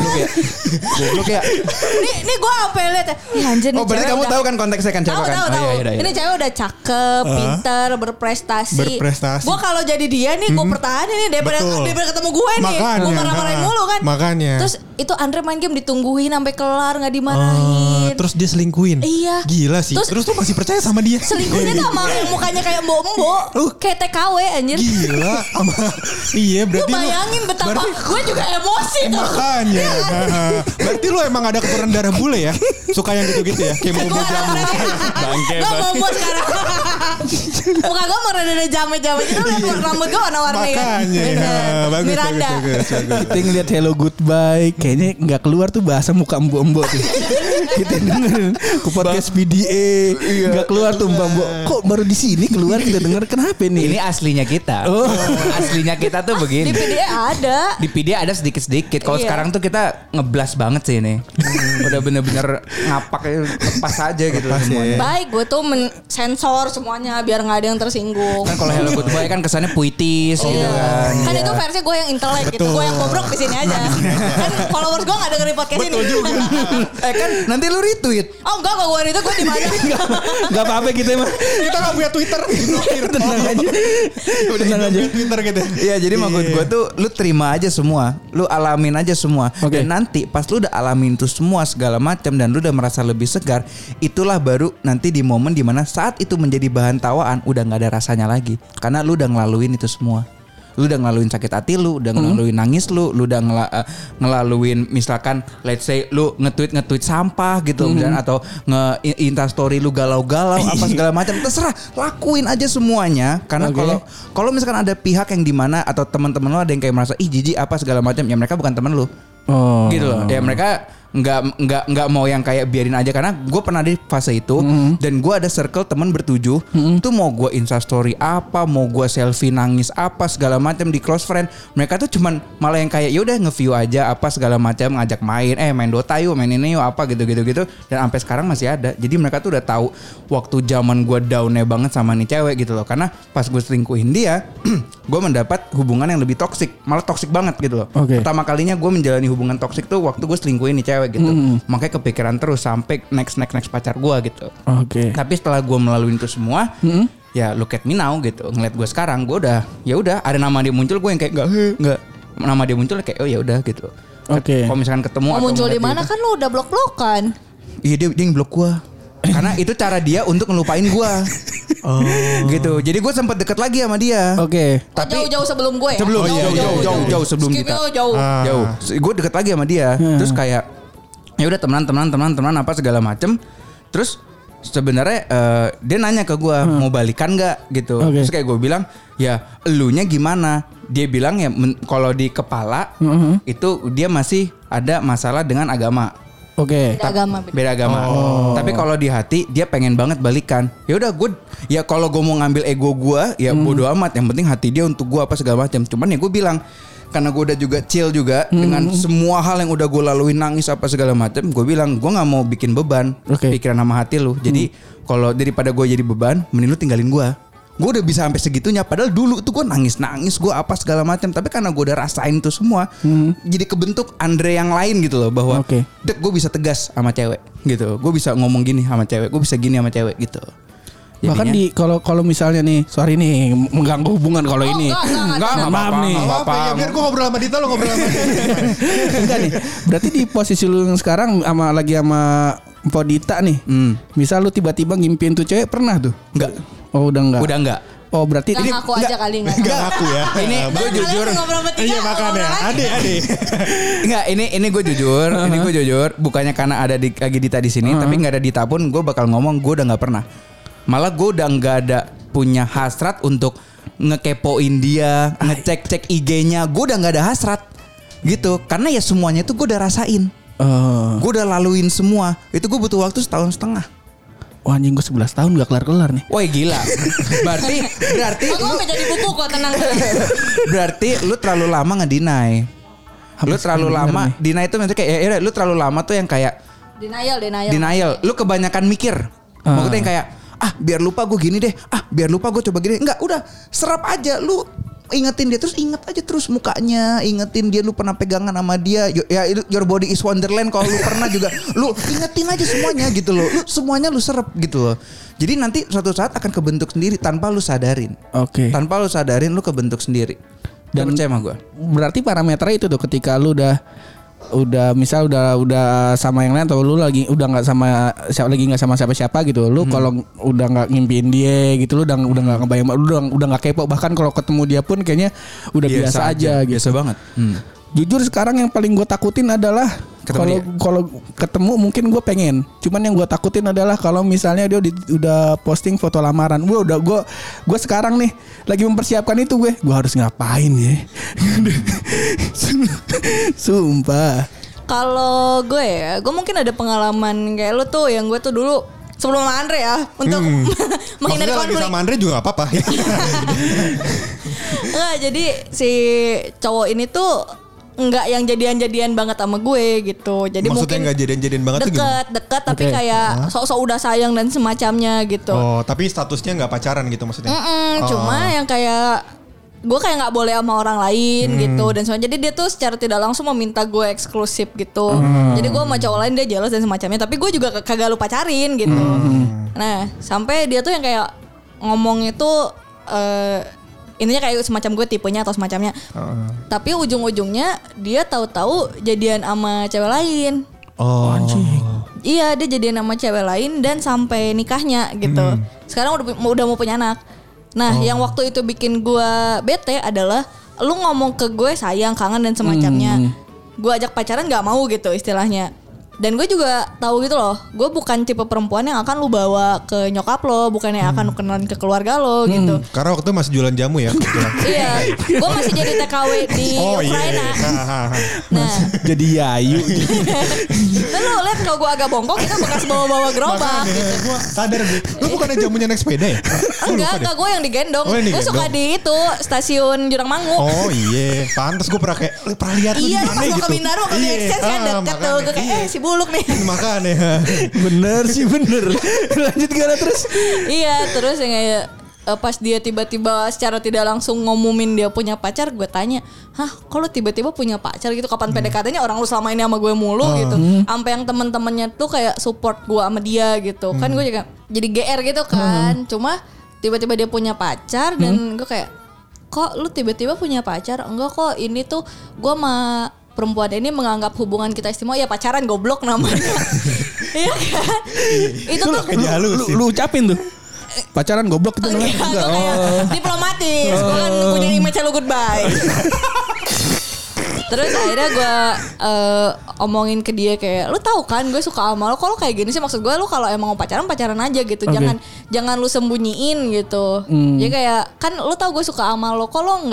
goblok ya. Nih gue sampai liat ya. Anjir nih. Oh berarti kamu tahu kan konteksnya kan cewek kan? Tahu. Ini cewek udah cakep, pinter, berprestasi. Gue kalau jadi dia nih gue pertahanin nih daripada ketemu gue nih. Gue marah-marahin mulu kan. Makanya. Terus itu Andre main game ditungguin sampai kelar gak dimarahin. Terus dia selingkuhin. Iya. Gila sih. Terus lu masih percaya sama dia? Selingkuhnya sama yang mukanya kayak mbok-mbok. Kayak TKW anjir. Gila. Iya berarti lu bayangin betapa gue juga emosi tuh. Makanya. Berarti lu emang ada keturunan darah bule ya? Suka yang gitu-gitu ya? Kayak mau jamu. Bangke. Gue mau sekarang. Muka gue mau rada jamu-jamu itu rambut gue warna-warni kan. Makanya. Miranda. Kita ngeliat Hello Goodbye, kayaknya nggak keluar tuh bahasa muka mbok-mbok tuh. Kita dengerin ke podcast PDA, nggak keluar tuh mbok-mbok. Kok baru di sini keluar kita denger, kenapa nih? Ini aslinya kita. Aslinya kita tuh begini. Di PDA ada. Di PDA ada sedikit-sedikit. Kalau sekarang tuh kita ngeblas banget sih ini. Udah bener-bener ngapak, lepas aja gitu semuanya. Baik, gue tuh sensor semuanya biar nggak ada yang tersinggung. Kan kalau Hello Goodbye kan kesannya puitis gitu kan. Kan itu versi gue yang intelek gitu. Gue yang bobrok di sini aja. Kan followers gue nggak dengerin podcast ini. Kan nanti lu retweet. Oh enggak, gue retweet gue di mana? Enggak apa-apa kita mah. Kita nggak punya Twitter. Tenang aja. Tenang aja. Twitter gitu. Iya, jadi maksud gue tuh lu terima aja semua, lu alamin aja semua. Dan nanti pas lu udah alamin itu semua segala macam dan lu udah merasa lebih segar, itulah baru nanti di momen dimana saat itu menjadi bahan tawaan udah nggak ada rasanya lagi, karena lu udah ngelaluin itu semua. Lu udah ngelaluin sakit hati lu, udah ngelaluin nangis lu udah ngelaluin misalkan let's say lu nge-tweet sampah gitu misalkan, atau nge-insta story lu galau-galau apa segala macam, terserah, lakuin aja semuanya. Karena kalau misalkan ada pihak yang dimana atau teman-teman lu ada yang kayak merasa ih jijik apa segala macam, ya mereka bukan teman lu. Gitu loh. Ya mereka nggak mau yang kayak biarin aja, karena gue pernah di fase itu dan gue ada circle teman bertujuh tuh mau gue instastory apa, mau gue selfie nangis apa segala macam di close friend, mereka tuh cuman malah yang kayak yaudah nge-view aja apa segala macam, ngajak main Dota yuk, main ini yuk apa gitu dan sampai sekarang masih ada. Jadi mereka tuh udah tahu waktu zaman gue downnya banget sama nih cewek gitu loh, karena pas gue selingkuhin dia gue mendapat hubungan yang lebih toksik, malah toksik banget gitu loh. Pertama kalinya gue menjalani hubungan toksik tuh waktu gue selingkuhin nih cewek gitu. Makanya kepikiran terus sampai next pacar gue gitu. Tapi setelah gue melalui itu semua, ya look at me now gitu. Ngeliat gue sekarang, gue udah ya udah ada nama dia muncul, gue yang kayak enggak nama dia muncul kayak oh ya udah gitu. Kalau misalkan ketemu atau muncul di mana kan lu udah blok-blokan. Iya dia yang blok gue. Karena itu cara dia untuk ngelupain gue. Gitu. Jadi gue sempat deket lagi sama dia. Tapi jauh-jauh sebelum gue ya. Jauh sebelum kita. Jauh. Gue deket lagi sama dia. Terus kayak ya udah teman apa segala macem. Terus sebenarnya dia nanya ke gue mau balikan nggak gitu. Terus kayak gue bilang ya elunya gimana. Dia bilang ya kalau di kepala itu dia masih ada masalah dengan agama. Oke. Beda agama. Tapi kalau di hati dia pengen banget balikan. Ya udah gue, ya kalau gue mau ngambil ego gue, ya bodo amat. Yang penting hati dia untuk gue apa segala macam. Cuman ya gue bilang, karena gue udah juga chill juga dengan semua hal yang udah gue lalui, nangis apa segala macam, gue bilang gue nggak mau bikin beban pikiran sama hati lu. Jadi kalau daripada gue jadi beban, mending lu tinggalin gue. Gue udah bisa sampai segitunya. Padahal dulu tuh gue nangis gue apa segala macam. Tapi karena gue udah rasain itu semua, jadi kebentuk Andre yang lain gitu loh, bahwa Dek, gue bisa tegas sama cewek gitu. Gue bisa ngomong gini sama cewek, gue bisa gini sama cewek gitu. Jadinya, bahkan di kalau misalnya nih, sorry nih mengganggu hubungan kalau ini. Enggak, maaf nih. Apa ya, biar gue ngobrol sama Dita, lo ngobrol sama dia. Enggak nih. Berarti di posisi lu yang sekarang lagi sama Mpok Dita nih. Misal lu tiba-tiba ngimpiin tuh cewek, pernah tuh? Enggak. Oh, udah enggak. Oh, berarti ini ngaku aja kali enggak ngaku ya. Ini gue jujur. Iya makanya. Ade. Enggak, ini gue jujur. Ini gue jujur. Bukannya karena ada lagi Dita di sini, tapi nggak ada Dita pun gue bakal ngomong gue udah nggak pernah. Malah gue udah nggak ada punya hasrat untuk ngekepoin dia, ngecek IG-nya. Gue udah nggak ada hasrat gitu. Karena ya semuanya itu gue udah rasain. Gue udah laluin semua. Itu gue butuh waktu 1,5 tahun. Wah, anjing gue 11 tahun gak kelar-kelar nih. Woi gila. Berarti aku gak jadi buku kok, tenang. Berarti lu terlalu lama ngedinai. Lu terlalu lama deny itu maksudnya kayak ya lu terlalu lama tuh yang kayak denial. Lu kebanyakan mikir. Maksudnya yang kayak biar lupa gue gini deh. Biar lupa gue coba gini. Enggak, udah serap aja. Lu ingetin dia terus, inget aja terus mukanya, ingetin dia lu pernah pegangan sama dia. Ya your body is wonderland. Kalau lu pernah juga lu ingetin aja semuanya gitu loh. Lu semuanya lu serap gitu loh. Jadi nanti suatu saat akan kebentuk sendiri tanpa lu sadarin. Tanpa lu sadarin lu kebentuk sendiri. Dan percaya sama gue. Berarti parameternya itu tuh, ketika lu udah misal udah sama yang lain, atau lu lagi udah nggak sama siapa gitu, lu kalau udah nggak ngimpiin dia gitu, lu udah nggak ngebayang, udah nggak kepo, bahkan kalau ketemu dia pun kayaknya udah biasa aja gitu. Biasa banget. Jujur sekarang yang paling gue takutin adalah kalau ketemu mungkin gue pengen, cuman yang gue takutin adalah kalau misalnya dia udah posting foto lamaran, gue sekarang nih lagi mempersiapkan itu, gue harus ngapain ya. Sumpah. Kalau gue mungkin ada pengalaman kayak lo tuh, yang gue tuh dulu sebelum sama Andre ya, untuk menghindari konflik. Lagi sama Andre juga gak apa-apa. Enggak, jadi si cowok ini tuh enggak yang jadian-jadian banget sama gue gitu. Jadi maksudnya mungkin enggak jadian-jadian banget tuh gimana? Deket tapi kayak sok-sok udah sayang dan semacamnya gitu. Oh, tapi statusnya enggak pacaran gitu maksudnya? Cuma yang kayak gue kayak nggak boleh sama orang lain gitu dan soalnya, jadi dia tuh secara tidak langsung meminta gue eksklusif gitu. Jadi gue sama cowok lain dia jealous dan semacamnya, tapi gue juga kagak lu pacarin gitu. Nah sampai dia tuh yang kayak ngomong itu intinya kayak semacam gue tipenya atau semacamnya. Tapi ujung-ujungnya dia tahu-tahu jadian sama cewek lain. Oh anjing. Iya, dia jadian sama cewek lain dan sampai nikahnya gitu. Sekarang udah mau punya anak. Nah, yang waktu itu bikin gue bete adalah lu ngomong ke gue sayang, kangen dan semacamnya. Gue ajak pacaran gak mau gitu istilahnya. Dan gue juga tahu gitu loh, gue bukan tipe perempuan yang akan lu bawa ke nyokap lo, bukan yang akan lu kenalin ke keluarga lo gitu. Karena waktu itu masih jualan jamu ya. Iya, gue masih jadi TKW di Ukraina. Nah, jadi Yayu. Nah, lu lihat kalau gue agak bongkok, kita bekas bawa-bawa gerobak. Gitu. Gue sadar deh. Lu bukannya jamunya naik sepeda ya? Enggak, gue yang digendong. Gue suka di itu stasiun Jurangmangu. Oh iya, pantas gue pernah lihat. Iya, lu pas mau ke Bintaro ke Exchange kan dekat tuh. Gue kayak si buluk nih. Makanya. Bener. Lanjut gimana terus? Iya, terus yang kayak pas dia tiba-tiba secara tidak langsung ngumumin dia punya pacar, gue tanya, kalau tiba-tiba punya pacar gitu, kapan PDKT-nya, orang lu selama ini sama gue mulu gitu. Sampai yang teman-temannya tuh kayak support gue sama dia gitu. Kan gue juga jadi GR gitu kan. Cuma tiba-tiba dia punya pacar dan gue kayak, kok lu tiba-tiba punya pacar? Enggak kok, ini tuh gue sama perempuan ini menganggap hubungan kita istimewa. Ya pacaran goblok namanya. Iya kan? Itu tuh lu ucapin tuh. Pacaran goblok itu namanya. Diplomatis. Gue kan punya image lu goodbye. Terus akhirnya gue omongin ke dia kayak, lu tahu kan gue suka sama lo, kok lo kayak gini sih? Maksud gue lu kalau emang mau pacaran aja gitu. Jangan lu sembunyiin gitu. Jadi kayak, kan lu tahu gue suka sama lo, kok lo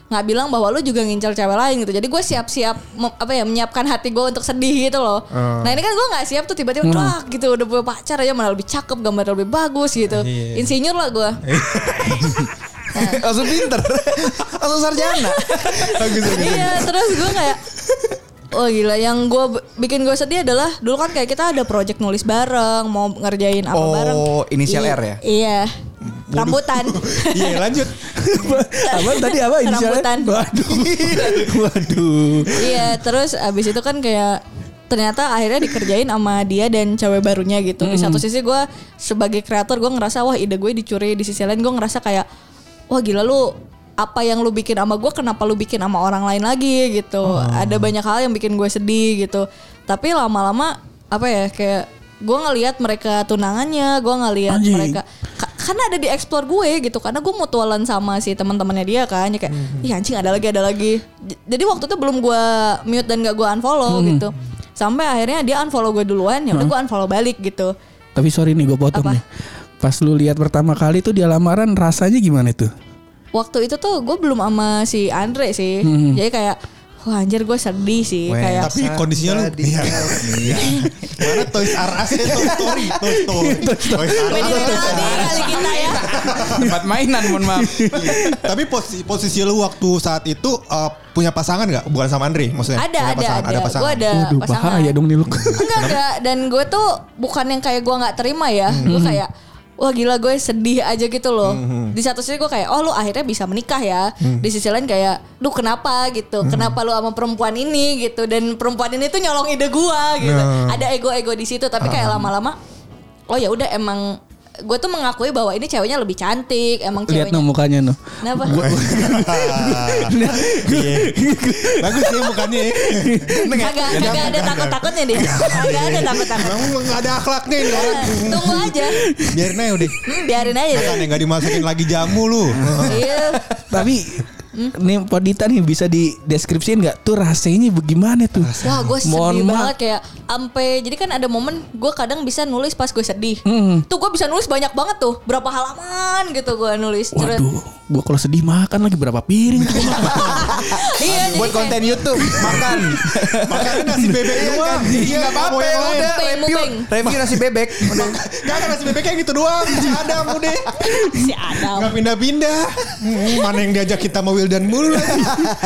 nggak bilang bahwa lu juga ngincar cewek lain gitu. Jadi gue siap-siap menyiapkan hati gue untuk sedih gitu loh. Nah ini kan gue nggak siap tuh tiba-tiba gitu udah punya pacar aja malah lebih cakep, gambar lebih bagus gitu. Insinyur lah gue. Langsung pinter, langsung sarjana. Iya, terus gue kayak oh gila, yang gue bikin gue sedih adalah dulu kan kayak kita ada project nulis bareng, mau ngerjain apa bareng. Oh, inisial R ya? Iya. Rambutan. Iya, lanjut. Apa tadi apa inisialnya? Rambutan. Waduh. Iya, terus abis itu kan kayak ternyata akhirnya dikerjain sama dia dan cewek barunya gitu. Di satu sisi gue sebagai kreator gue ngerasa wah ide gue dicuri, di sisi lain gue ngerasa kayak wah gila lu, apa yang lu bikin sama gue kenapa lu bikin sama orang lain lagi gitu. Ada banyak hal yang bikin gue sedih gitu. Tapi lama-lama apa ya, kayak gue ngelihat mereka tunangannya, gue ngelihat mereka karena ada di explore gue gitu, karena gue mutualan sama si teman-temannya dia kan, ya kayak ih anjing ada lagi. Jadi waktu itu belum gue mute dan gak gue unfollow gitu. Sampai akhirnya dia unfollow gue duluan, ya udah gue unfollow balik gitu. Tapi sorry nih gue potong nih. Pas lu lihat pertama kali tuh dia lamaran rasanya gimana tuh? Waktu itu tuh gue belum sama si Andre sih. Jadi kayak wah anjir gue sedih sih. Kayak tapi kondisinya lu mana Toys R Us ya, Toys R Us kali kita ya. Tempat mainan, mohon maaf. Tapi posisi lu waktu saat itu punya pasangan gak? Bukan sama Andre maksudnya? Ada pasangan. Gue ada pasangan. Bahaya dong nih lu. Enggak. Dan gue tuh bukan yang kayak gue gak terima ya. Gue kayak wah gila gue sedih aja gitu loh. Di satu sisi gue kayak oh lu akhirnya bisa menikah ya. Di sisi lain kayak duh kenapa gitu. Kenapa lu sama perempuan ini gitu. Dan perempuan ini tuh nyolong ide gue gitu. Ada ego-ego di situ. Tapi kayak lama-lama oh ya udah emang gue tuh mengakui bahwa ini ceweknya lebih cantik. Emang ceweknya. Lihat no mukanya no. Kenapa? Bagus ya mukanya. Kagak ada takut-takutnya deh. Kagak ada takut-takut. Emang gak ada akhlaknya ini orang. Tunggu aja. Biarin aja udah. Biarin aja deh. Makanya gak dimasukin lagi jamu lu. Iya. Tapi nih Podita nih bisa dideskripsiin nggak tuh rasanya bagaimana tuh? Wah gue sedih banget kayak ampe jadi kan ada momen gue kadang bisa nulis pas gue sedih. Tuh gue bisa nulis banyak banget tuh, berapa halaman gitu gue nulis. Waduh, gue kalau sedih makan lagi berapa piring tuh. Iya, buat konten YouTube makan. Makannya nasi bebek doang. Iya nggak apa-apa, udah review nasi bebek. Gak ada nasi bebek kayak gitu doang. Si Adam udah. Si Adam. Gak pindah-pindah. Mana yang diajak kita mau dan mulu lagi.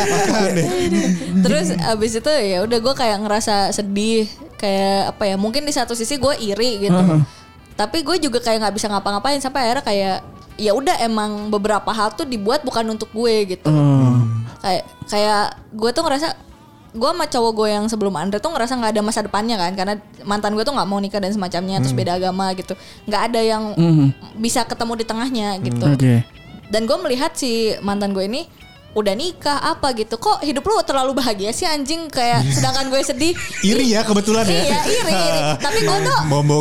Terus abis itu ya udah gue kayak ngerasa sedih, kayak apa ya, mungkin di satu sisi gue iri gitu, tapi gue juga kayak nggak bisa ngapa-ngapain sampai akhirnya kayak ya udah emang beberapa hal tuh dibuat bukan untuk gue gitu. Kayak gue tuh ngerasa gue sama cowok gue yang sebelum Andre tuh ngerasa nggak ada masa depannya kan, karena mantan gue tuh nggak mau nikah dan semacamnya, terus beda agama gitu, nggak ada yang bisa ketemu di tengahnya gitu. Dan gue melihat si mantan gue ini udah nikah apa gitu, kok hidup lu terlalu bahagia sih anjing, kayak sedangkan gue sedih. Iri ya kebetulan ya. Iya iri. Tapi gue tuh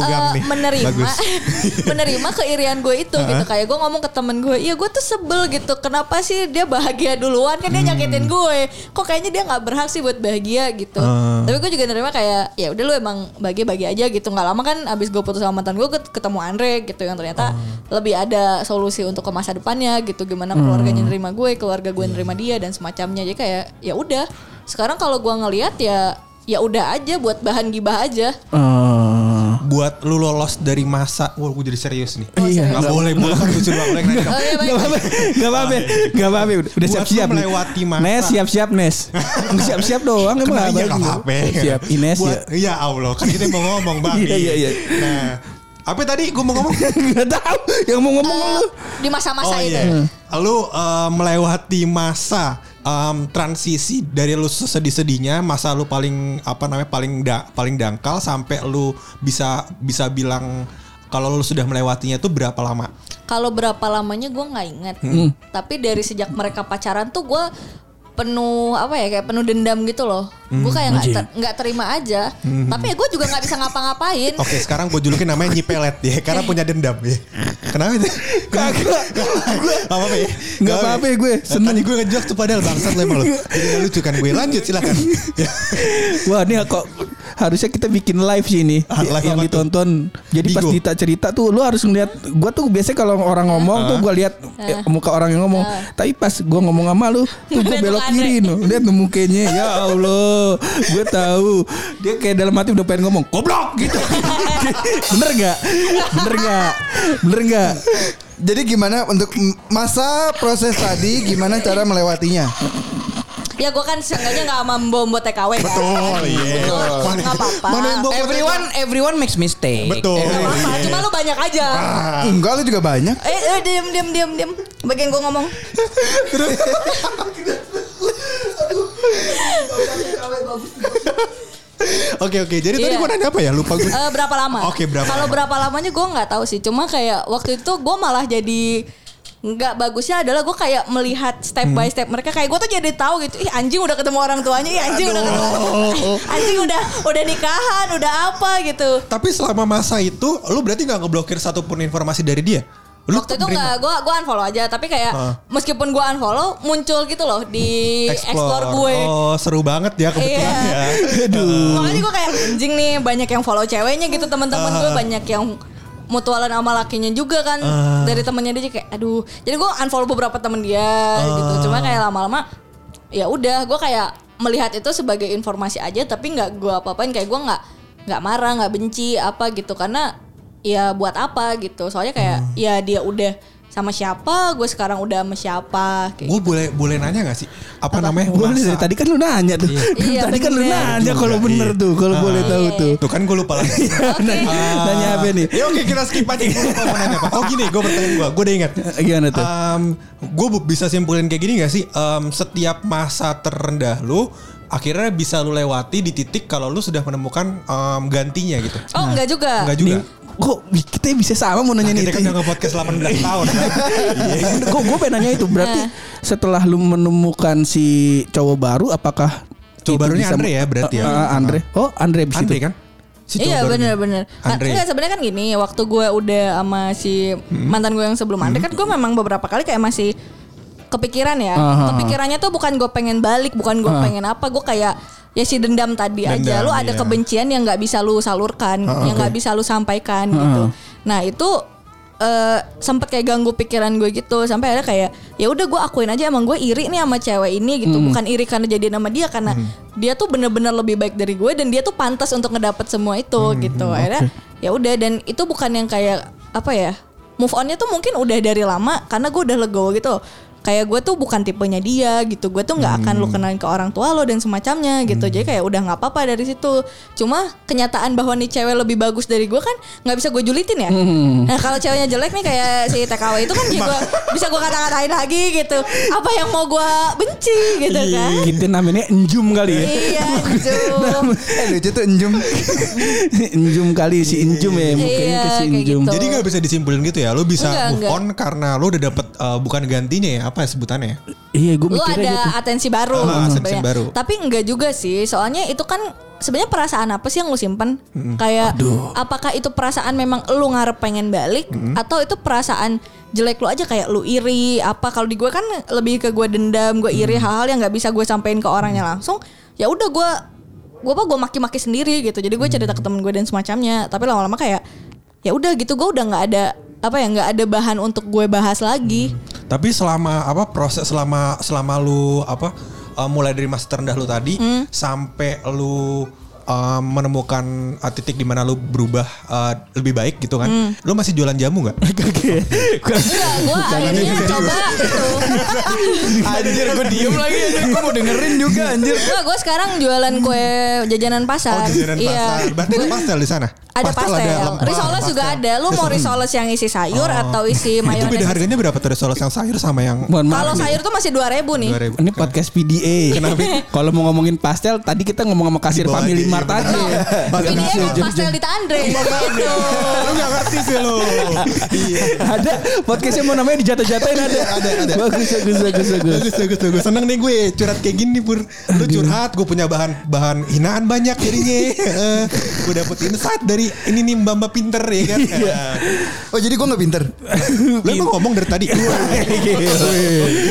menerima keirian gue itu gitu. Kayak gue ngomong ke temen gue, iya gue tuh sebel gitu, kenapa sih dia bahagia duluan, kan dia nyakitin gue, kok kayaknya dia nggak berhak sih buat bahagia gitu. Tapi gue juga nerima kayak ya udah lu emang bahagia aja gitu. Nggak lama kan abis gue putus sama mantan gue ketemu Andre gitu, yang ternyata lebih ada solusi untuk ke masa depannya gitu, gimana keluarganya nerima gue, keluarga gue nerima dia dan semacamnya. Jadi kayak ya udah sekarang kalau gue ngelihat ya udah aja buat bahan gibah aja. Buat lu lolos dari masa, wah gue jadi serius nih. Iya, nggak boleh kan Gak apa-apa. Udah siap-siap melewati masa. Nes siap-siap Nes. Siap-siap doang emang nggak apa-apa. Siap Ines ya. Ya Allah, kan kita mau ngomong Bang. Iya. Nah, apa tadi gue mau ngomong? Gak tahu. Yang mau ngomong lu di masa-masa itu. Lu melewati masa transisi dari lu sedih-sedihnya, masa lu paling paling dangkal sampai lu bisa bilang kalau lu sudah melewatinya itu berapa lama? Kalau berapa lamanya gue nggak inget. Tapi dari sejak mereka pacaran tuh gue penuh kayak penuh dendam gitu loh. Gue kayak nggak terima aja. Tapi ya gue juga nggak bisa ngapa-ngapain. Oke, sekarang gue julukin namanya Nyipelet ya, karena punya dendam ya. Kenapa itu? Gak apa-apa ya gue. Tadi gue ngejok tuh padahal bangsat lo emang lo. Jadi gak lucu kan gue. Lanjut silakan. Wah ini kok harusnya kita bikin live sih ini yang ditonton. Jadi pas Dita cerita tuh lu harus ngeliat. Gue tuh biasanya kalau orang ngomong tuh gue lihat muka orang yang ngomong. Tapi pas gue ngomong sama lu tuh gue belok kiri no. Lihat tuh mukanya. Ya Allah, gue tahu dia kayak dalam hati udah pengen ngomong goblok gitu. Bener nggak? Jadi gimana untuk masa proses tadi, gimana cara melewatinya? Ya gue kan seenggaknya gak sama mbok TKW kan. Betul, iya. Gak apa-apa. Everyone makes mistake. Betul. Gak apa-apa, cuma lu banyak aja. Enggak, lu juga banyak. Diam. Bagian gue ngomong. Oke. Jadi tadi gue nanya apa ya? Lupa gue. Berapa lama? Oke, berapa lama? Kalau berapa lamanya gue nggak tahu sih. Cuma kayak waktu itu gue malah jadi nggak bagusnya adalah gue kayak melihat step by step mereka, kayak gue tuh jadi tahu gitu. Ih anjing udah ketemu orang tuanya. Ih anjing udah ketemu. Anjing udah nikahan, udah apa gitu. Tapi selama masa itu lu berarti nggak ngeblokir satupun informasi dari dia? Waktu itu enggak, gue unfollow aja. Tapi kayak meskipun gue unfollow, muncul gitu loh di explore gue. Oh seru banget ya kebetulan ya. Aduh. Makanya gue kayak anjing nih, banyak yang follow ceweknya gitu. Teman-teman gue banyak yang mutualan sama lakinya juga kan. Dari temennya dia kayak aduh. Jadi gue unfollow beberapa temen dia gitu. Cuma kayak lama-lama ya udah gue kayak melihat itu sebagai informasi aja. Tapi gak gue apa-apain. Kayak gue gak marah, gak benci apa gitu. Karena ya buat apa gitu. Soalnya kayak ya dia udah sama siapa, gue sekarang udah sama siapa. Gue boleh nanya gak sih? Apa namanya? Boleh dari tadi kan lu nanya tuh. Iya, tadi kan lu nanya kalau bener tuh. Kalau boleh tahu tuh. Tuh kan gue lupa lagi. Nanya apa nih? Ya oke kita skip aja. Gue lupa mau nanya apa. Oh gini, gue pertanyaan gue udah ingat. Gimana tuh? Gue bisa simpulin kayak gini gak sih? Setiap masa terendah lu akhirnya bisa lu lewati di titik kalau lu sudah menemukan gantinya gitu. Oh enggak juga. Enggak juga. Kok kita bisa sama mau nanya kita itu? kan udah nge-podcast 18 tahun. Kok gue pengen nanya itu berarti setelah lu menemukan si cowok baru, apakah cowok barunya Andre ya berarti ya? Andre. Oh Andre bisa Andre kan? Si iya benar-benar. Enggak sebenarnya kan gini, waktu gue udah sama si mantan gue yang sebelum Andre kan gue memang beberapa kali kayak masih kepikiran ya. Kepikirannya tuh bukan gue pengen balik, bukan gue pengen apa, gue kayak ya si dendam tadi aja. Lu ada kebencian yang nggak bisa lu salurkan, yang nggak bisa lu sampaikan gitu. Nah itu sempet kayak ganggu pikiran gue gitu, sampai ada kayak ya udah gue akuin aja emang gue iri nih sama cewek ini gitu. Bukan iri karena jadian sama dia, karena dia tuh bener-bener lebih baik dari gue dan dia tuh pantas untuk ngedapet semua itu gitu. Akhirnya ya udah, dan itu bukan yang kayak apa ya, move onnya tuh mungkin udah dari lama karena gue udah legowo gitu. Kayak gue tuh bukan tipenya dia gitu. Gue tuh gak akan lu kenalin ke orang tua lo dan semacamnya gitu. Jadi kayak udah gak apa-apa dari situ. Cuma kenyataan bahwa nih cewek lebih bagus dari gue kan gak bisa gue julitin ya. Nah kalau ceweknya jelek nih kayak si TKW itu kan juga bisa gue kata-katain lagi gitu. Apa yang mau gue benci gitu kan. Gitu namanya enjum kali ya. Iya enjum. Lucu tuh enjum. Enjum kali si enjum ya. Mukanya ke si enjum gitu. Jadi gak bisa disimpulin gitu ya. Lu bisa move on karena lu udah dapet bukan gantinya ya, apa ya sebutannya? Iya, gue lu mikirnya ada gitu. atensi baru sebenarnya. Tapi enggak juga sih. Soalnya itu kan sebenarnya perasaan apa sih yang lu simpen? Kayak apakah itu perasaan memang lu ngarep pengen balik atau itu perasaan jelek lu aja kayak lu iri apa? Kalau di gue kan lebih ke gue dendam, gue iri hal-hal yang nggak bisa gue sampein ke orangnya langsung. Ya udah gue maki-maki sendiri gitu. Jadi gue cerita ke temen gue dan semacamnya. Tapi lama-lama kayak ya udah gitu, gue udah nggak ada nggak ada bahan untuk gue bahas lagi. Tapi selama proses selama lu mulai dari masa terendah lu tadi sampai lu menemukan titik di mana lu berubah lebih baik gitu kan. Lu masih jualan jamu enggak? Enggak, gue akhirnya coba gitu. Anjir, gue diem lagi. Gue mau dengerin juga anjir. Enggak, gue sekarang jualan kue jajanan pasar. Oh, jajanan pasar. Berarti ada pastel di sana? Ada pastel. Risoles juga ada. Lu mau risoles yang isi sayur atau isi mayones? Itu beda harganya berapa tuh risoles yang sayur sama yang... Kalau sayur tuh masih 2.000 nih. 2.000. Ini podcast PDA. Kenapa? Kalau mau ngomongin pastel, tadi kita ngomong sama kasir Family Mart aja. Ini emang pastel di Andre. Lu gak ngerti sih lu. Ada podcastnya mau namanya dijatuh-jatuhin ada. Bagus. Seneng nih gue curhat kayak gini Pur. Lu curhat, gue punya bahan hinaan banyak jadinya. Gue dapet insight dari ini nih mbak pinter ya kan. Oh jadi gue gak pinter. Lu emang ngomong dari tadi.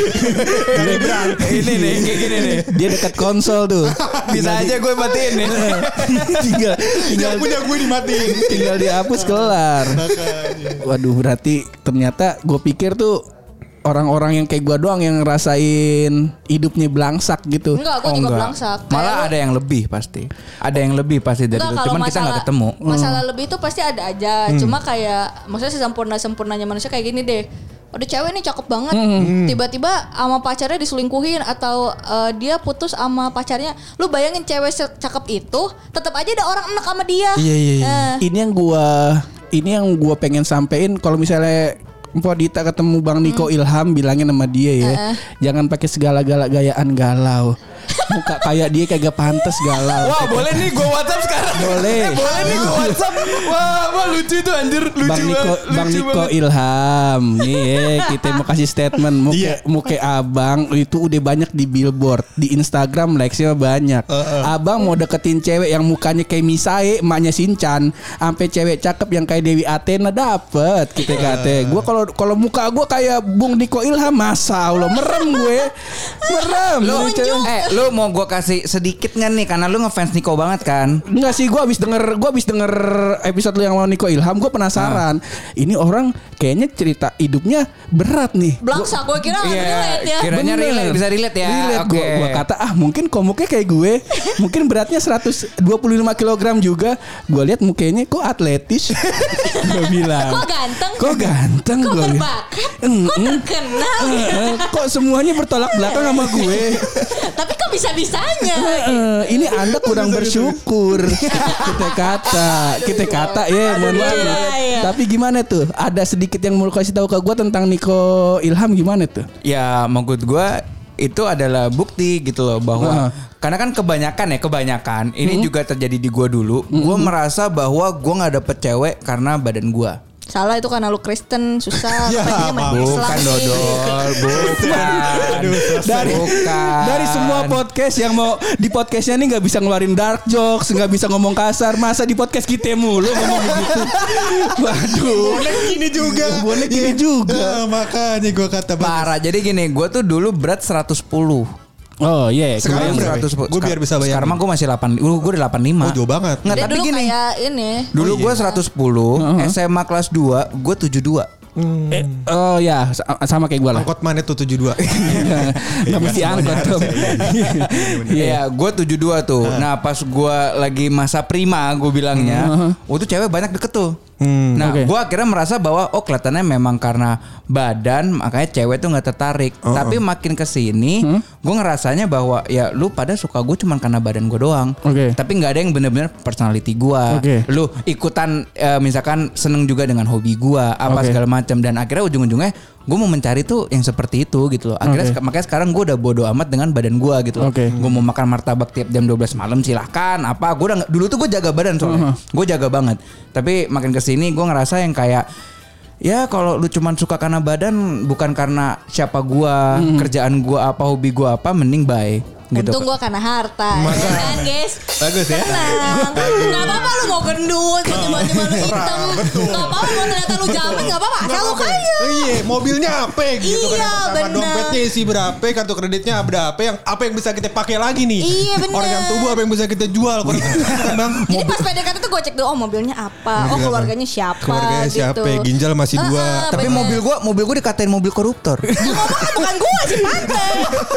Ini nih kayak gini nih. Dia dekat konsol tuh. Bisa aja gue matiin nih. tinggal punya gue dimatiin. Tinggal dihapus kelar. Waduh, berarti ternyata gue pikir tuh orang-orang yang kayak gue doang yang ngerasain hidupnya belangsak gitu. Enggak, gue juga belangsak. Malah ada yang lebih pasti. Ada yang lebih pasti dari itu. Cuman kita gak ketemu. Masalah lebih itu pasti ada aja. Cuma kayak maksudnya sesempurnanya manusia kayak gini deh. Ada cewek nih cakep banget. Tiba-tiba sama pacarnya diselingkuhin atau dia putus sama pacarnya. Lu bayangin cewek cakep itu tetap aja ada orang enak sama dia. Iya. Ini yang gua pengen sampein kalau misalnya Mpok Dita ketemu Bang Niko Ilham bilangin sama dia ya. Jangan pakai segala gayaan galau. Muka kayak dia kagak pantas galau. Wah, boleh nih gue WhatsApp sekarang. Boleh. Boleh nih gue WhatsApp. Wah, lucu tuh anjir, lucu Bang Niko Ilham. Nih, kita mau kasih statement. Muka abang itu udah banyak di billboard, di Instagram likes-nya banyak. Abang mau deketin cewek yang mukanya kayak Misae, emaknya Shinchan, sampai cewek cakep yang kayak Dewi Athena dapet. Kita kata, gue kalau muka gue kayak Bung Niko Ilham, masa Allah merem gue. Merem. Lu mau gue kasih sedikit nggak nih karena lu ngefans Niko banget kan? Enggak sih, gue abis denger episode lu yang sama Niko Ilham, gue penasaran. Ini orang kayaknya cerita hidupnya berat nih. Belangsak, gue kira relate ya. Kiranya relate, bisa relate ya. Relate. Gue kata mungkin komuknya kayak gue, mungkin beratnya 125 kg juga. Gue lihat mukanya kok atletis. Gue bilang. Kok ganteng. Kok berbakat. Kok terkenal. Kok semuanya bertolak belakang sama gue. Tapi kok bisa-bisanya. Ini Anda kurang bersyukur. Kita kata ya, mohon maaf. Tapi gimana tuh? Ada sedikit yang mau kasih tahu ke gue tentang Niko Ilham gimana tuh? Ya, menurut gue itu adalah bukti gitu loh bahwa karena kan kebanyakan ini juga terjadi di gue dulu. Gue merasa bahwa gue nggak dapet cewek karena badan gue. Salah, itu karena lu Kristen susah. Bukan dodol, bukan. Dari semua podcast yang mau di podcastnya ini nggak bisa ngeluarin dark jokes, nggak bisa ngomong kasar, masa di podcast kita mulu ngomong begitu. Waduh. Bonek gini juga. Makanya gue kata parah. Jadi gini, gue tuh dulu berat 110. Oh iya, sekarang 110. Gue biar bisa bayar. Sekarang gue masih 8. Gue udah 85. Oh, jauh banget. Nggak, tapi dulu gini. Kayak ini. Dulu gue 110, SMA kelas 2, gue 72. Oh ya, sama kayak gue lah. Angkot mana tuh 72? Gak mesti angkot tuh. Iya, gue 72 tuh. Nah, pas gue lagi masa prima, gue bilangnya, tuh cewek banyak deket tuh. Nah, gue akhirnya merasa bahwa kelihatannya memang karena badan makanya cewek tuh nggak tertarik. Tapi makin kesini, gue ngerasanya bahwa ya lu pada suka gue cuma karena badan gue doang. Tapi nggak ada yang bener-bener personality gue. Lu ikutan misalkan seneng juga dengan hobi gue, apa segala macam. Dan akhirnya ujung-ujungnya gue mau mencari tuh yang seperti itu gitu loh. Akhirnya makanya sekarang gue udah bodo amat dengan badan gue gitu loh. Gue mau makan martabak tiap jam 12 malam silahkan. Apa gue udah dulu tuh gue jaga badan soalnya. Gue jaga banget. Tapi makin kesini gue ngerasa yang kayak ya kalau lu cuman suka karena badan bukan karena siapa gue, kerjaan gue apa, hobi gue apa, mending bye. Gitu. Untung gue karena harta. Ya kan guys. Bagus ya. Tenang. Gak apa-apa lu mau gendut, tiba-tiba lu hitam. Gak apa-apa mau ternyata lu jamin, gak apa-apa asal lu kaya. Iya, mobilnya apa gitu iya, kan. Sama dompetnya isi berapa, kartu kreditnya berapa, yang bisa kita pakai lagi nih. Iya bener. Organ tubuh apa yang bisa kita jual. Bang. Jadi pas PDKT tuh gue cek dulu mobilnya apa, keluarganya siapa. Keluarganya gitu. siapa, ginjal masih 2. Tapi mobil gue dikatain mobil koruptor. Ngomong bukan gue sih pantai.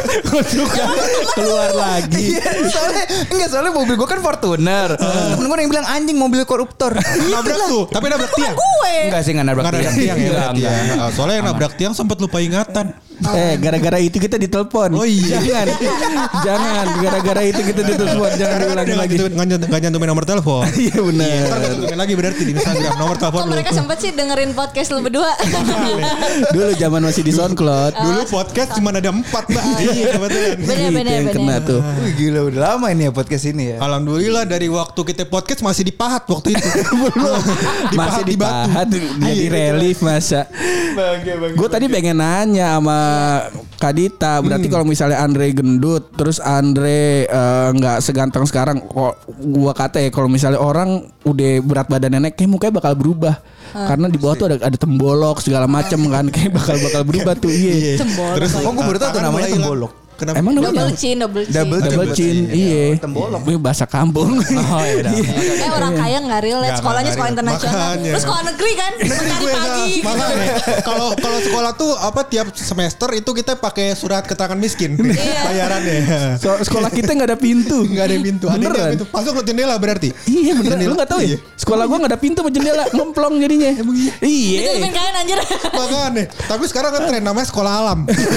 Keluar lagi. Soalnya mobil gue kan Fortuner. Temen gue yang bilang anjing mobil koruptor. Nabrak tuh, tapi nabrak tiang. Enggak sih, enggak nabrak tiang. Ya, soalnya yang nabrak tiang sempat lupa ingatan. Gara-gara itu kita ditelepon. Oh iya. Jangan. Gara-gara itu kita ditelepon. Jangan diulangi lagi. Nggak nyantumin nomor telepon. Iya benar. Ntar nyantumin lagi berarti di Instagram nomor telepon lu. Mereka sempet sih dengerin podcast lu berdua. Dulu zaman masih di SoundCloud. Dulu podcast cuma ada 4 Mbak. Iya kebetulan. Bener. Kena tuh. Wih gila udah lama ini ya podcast ini ya. Alhamdulillah dari waktu kita podcast masih di Pahat waktu itu. Masih di Pahat. Jadi relief masa. Gue tadi pengen nanya sama Kak Dita, berarti kalau misalnya Andre gendut, terus Andre nggak seganteng sekarang, kok gua kata ya kalau misalnya orang udah berat badannya naik, kayak mukanya bakal berubah, karena di bawah tuh ada tembolok segala macam kan, kayak bakal berubah tuh. Iya. Terus gue baru tahu tuh namanya tembolok. Kenapa? Emang namanya? Double chin. Iya. Ini bahasa kampung. Oh iya. Orang kaya nggak relate. Sekolahnya sekolah internasional. Makanya. Terus sekolah negeri kan? Negeri gue pagi. Makanya kalau sekolah tuh tiap semester itu kita pakai surat keterangan miskin bayarannya. Sekolah kita nggak ada pintu. Nggak ada pintu. Ada pintu. Masuk ke jendela berarti. Iya bener. Lu nggak tahu ya? Sekolah gua nggak ada pintu sama jendela, ngemplong jadinya. Emang iya. Iya. Ditutupin kain anjir. Makanya. Tapi sekarang kan tren namanya sekolah alam.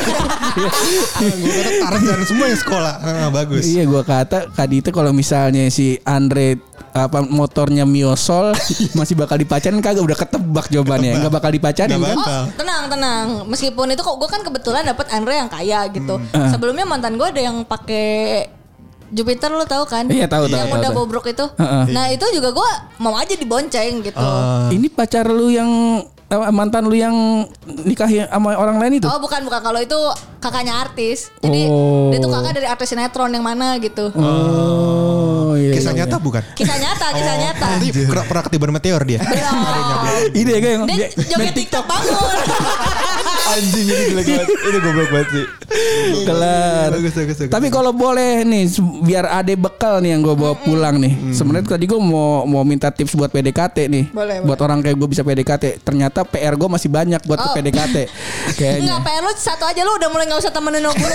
Gue kata Tarzan semua yang sekolah. Bagus. Iya gua kata Kadita kalau misalnya si Andre motornya Miosol masih bakal dipacarin kagak, udah ketebak jawabannya. Enggak bakal dipacarin kan? Oh, tenang. Meskipun itu kok gue kan kebetulan dapat Andre yang kaya gitu. Sebelumnya mantan gue ada yang pakai Jupiter, lu tahu kan? Iya tahu. Yang udah bobrok itu. Nah itu juga gue mau aja dibonceng gitu. Ini pacar lu yang mantan lu yang nikah sama orang lain itu? Oh bukan. Kalau itu kakaknya artis. Jadi dia tuh kakak dari artis sinetron yang mana gitu. Iya. Kisah nyata bukan? Kisah nyata. Nanti pernah ketiban meteor dia. Ini ya yang dia joget TikTok bangun. Anjing ini gila banget. Ini goblok banget sih. Kelar. Bagus. Tapi kalau boleh nih biar ade bekal nih yang gue bawa pulang nih. Sebenarnya tadi gue mau minta tips buat PDKT nih. Boleh. Buat orang kayak gue bisa PDKT. Ternyata PR gue masih banyak buat ke PDKT. Kayaknya. Enggak, PR lu satu aja, lu udah mulai gak usah temenin gue.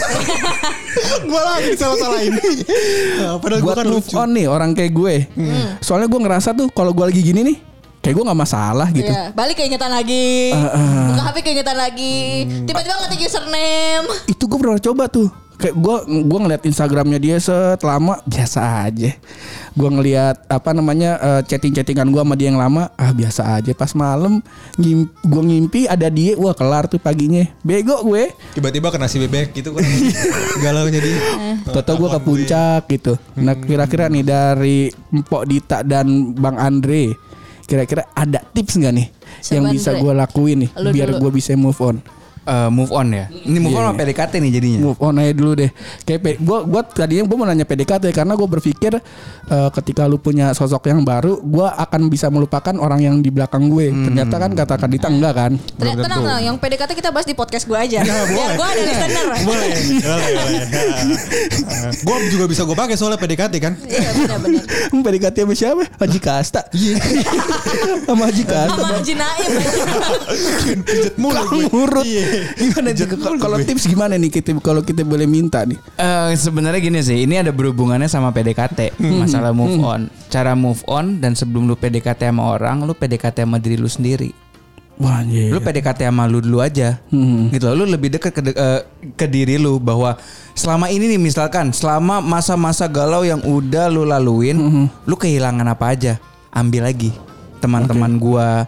Gue lagi salah ini. Padahal gue buat kan move lucu. on nih orang kayak gue. Soalnya gue ngerasa tuh kalau gue lagi gini nih, kayak gue gak masalah gitu. Iya, balik keingetan lagi. Buka HP keingetan lagi. Tiba-tiba ngetik username. Itu gue pernah coba tuh. Kayak gue ngeliat Instagramnya dia lama biasa aja. Gue ngeliat chattingan gue sama dia yang lama, biasa aja. Pas malam gue ngimpi ada dia, wah kelar tuh paginya. Bego gue. Tiba-tiba kena si bebek gitu kan. Galaunya dia. Toto gue ke puncak gitu. Nah kira-kira nih dari Mpok Dita dan Bang Andre, kira-kira ada tips nggak nih yang bisa gue lakuin nih biar gue bisa move on? Move on ya. Ini move on sama PDKT nih jadinya. Move on aja dulu deh. Kayak gue tadinya gue mau nanya PDKT karena gue berpikir ketika lu punya sosok yang baru, gue akan bisa melupakan orang yang di belakang gue. Ternyata kan kata Kadita enggak kan? Tenang, yang PDKT kita bahas di podcast gue aja. Biar gue ada listener. Boleh. Gue juga bisa gue pakai soalnya PDKT kan. Iya benar. PDKT sama siapa? Haji Kasta. Sama Haji Kasta. Sama Haji Naim. Pijet mulu gue. Ngurut. Gimana nih kalau tips gimana nih kalau kita boleh minta nih? Sebenarnya gini sih, ini ada berhubungannya sama PDKT, masalah move on. Cara move on dan sebelum lu PDKT sama orang, lu PDKT sama diri lu sendiri. Wah, iya. Lu PDKT sama lu dulu aja. Gitu loh. Lu lebih dekat ke diri lu bahwa selama ini nih misalkan selama masa-masa galau yang udah lu laluin, lu kehilangan apa aja? Ambil lagi. Teman-teman gua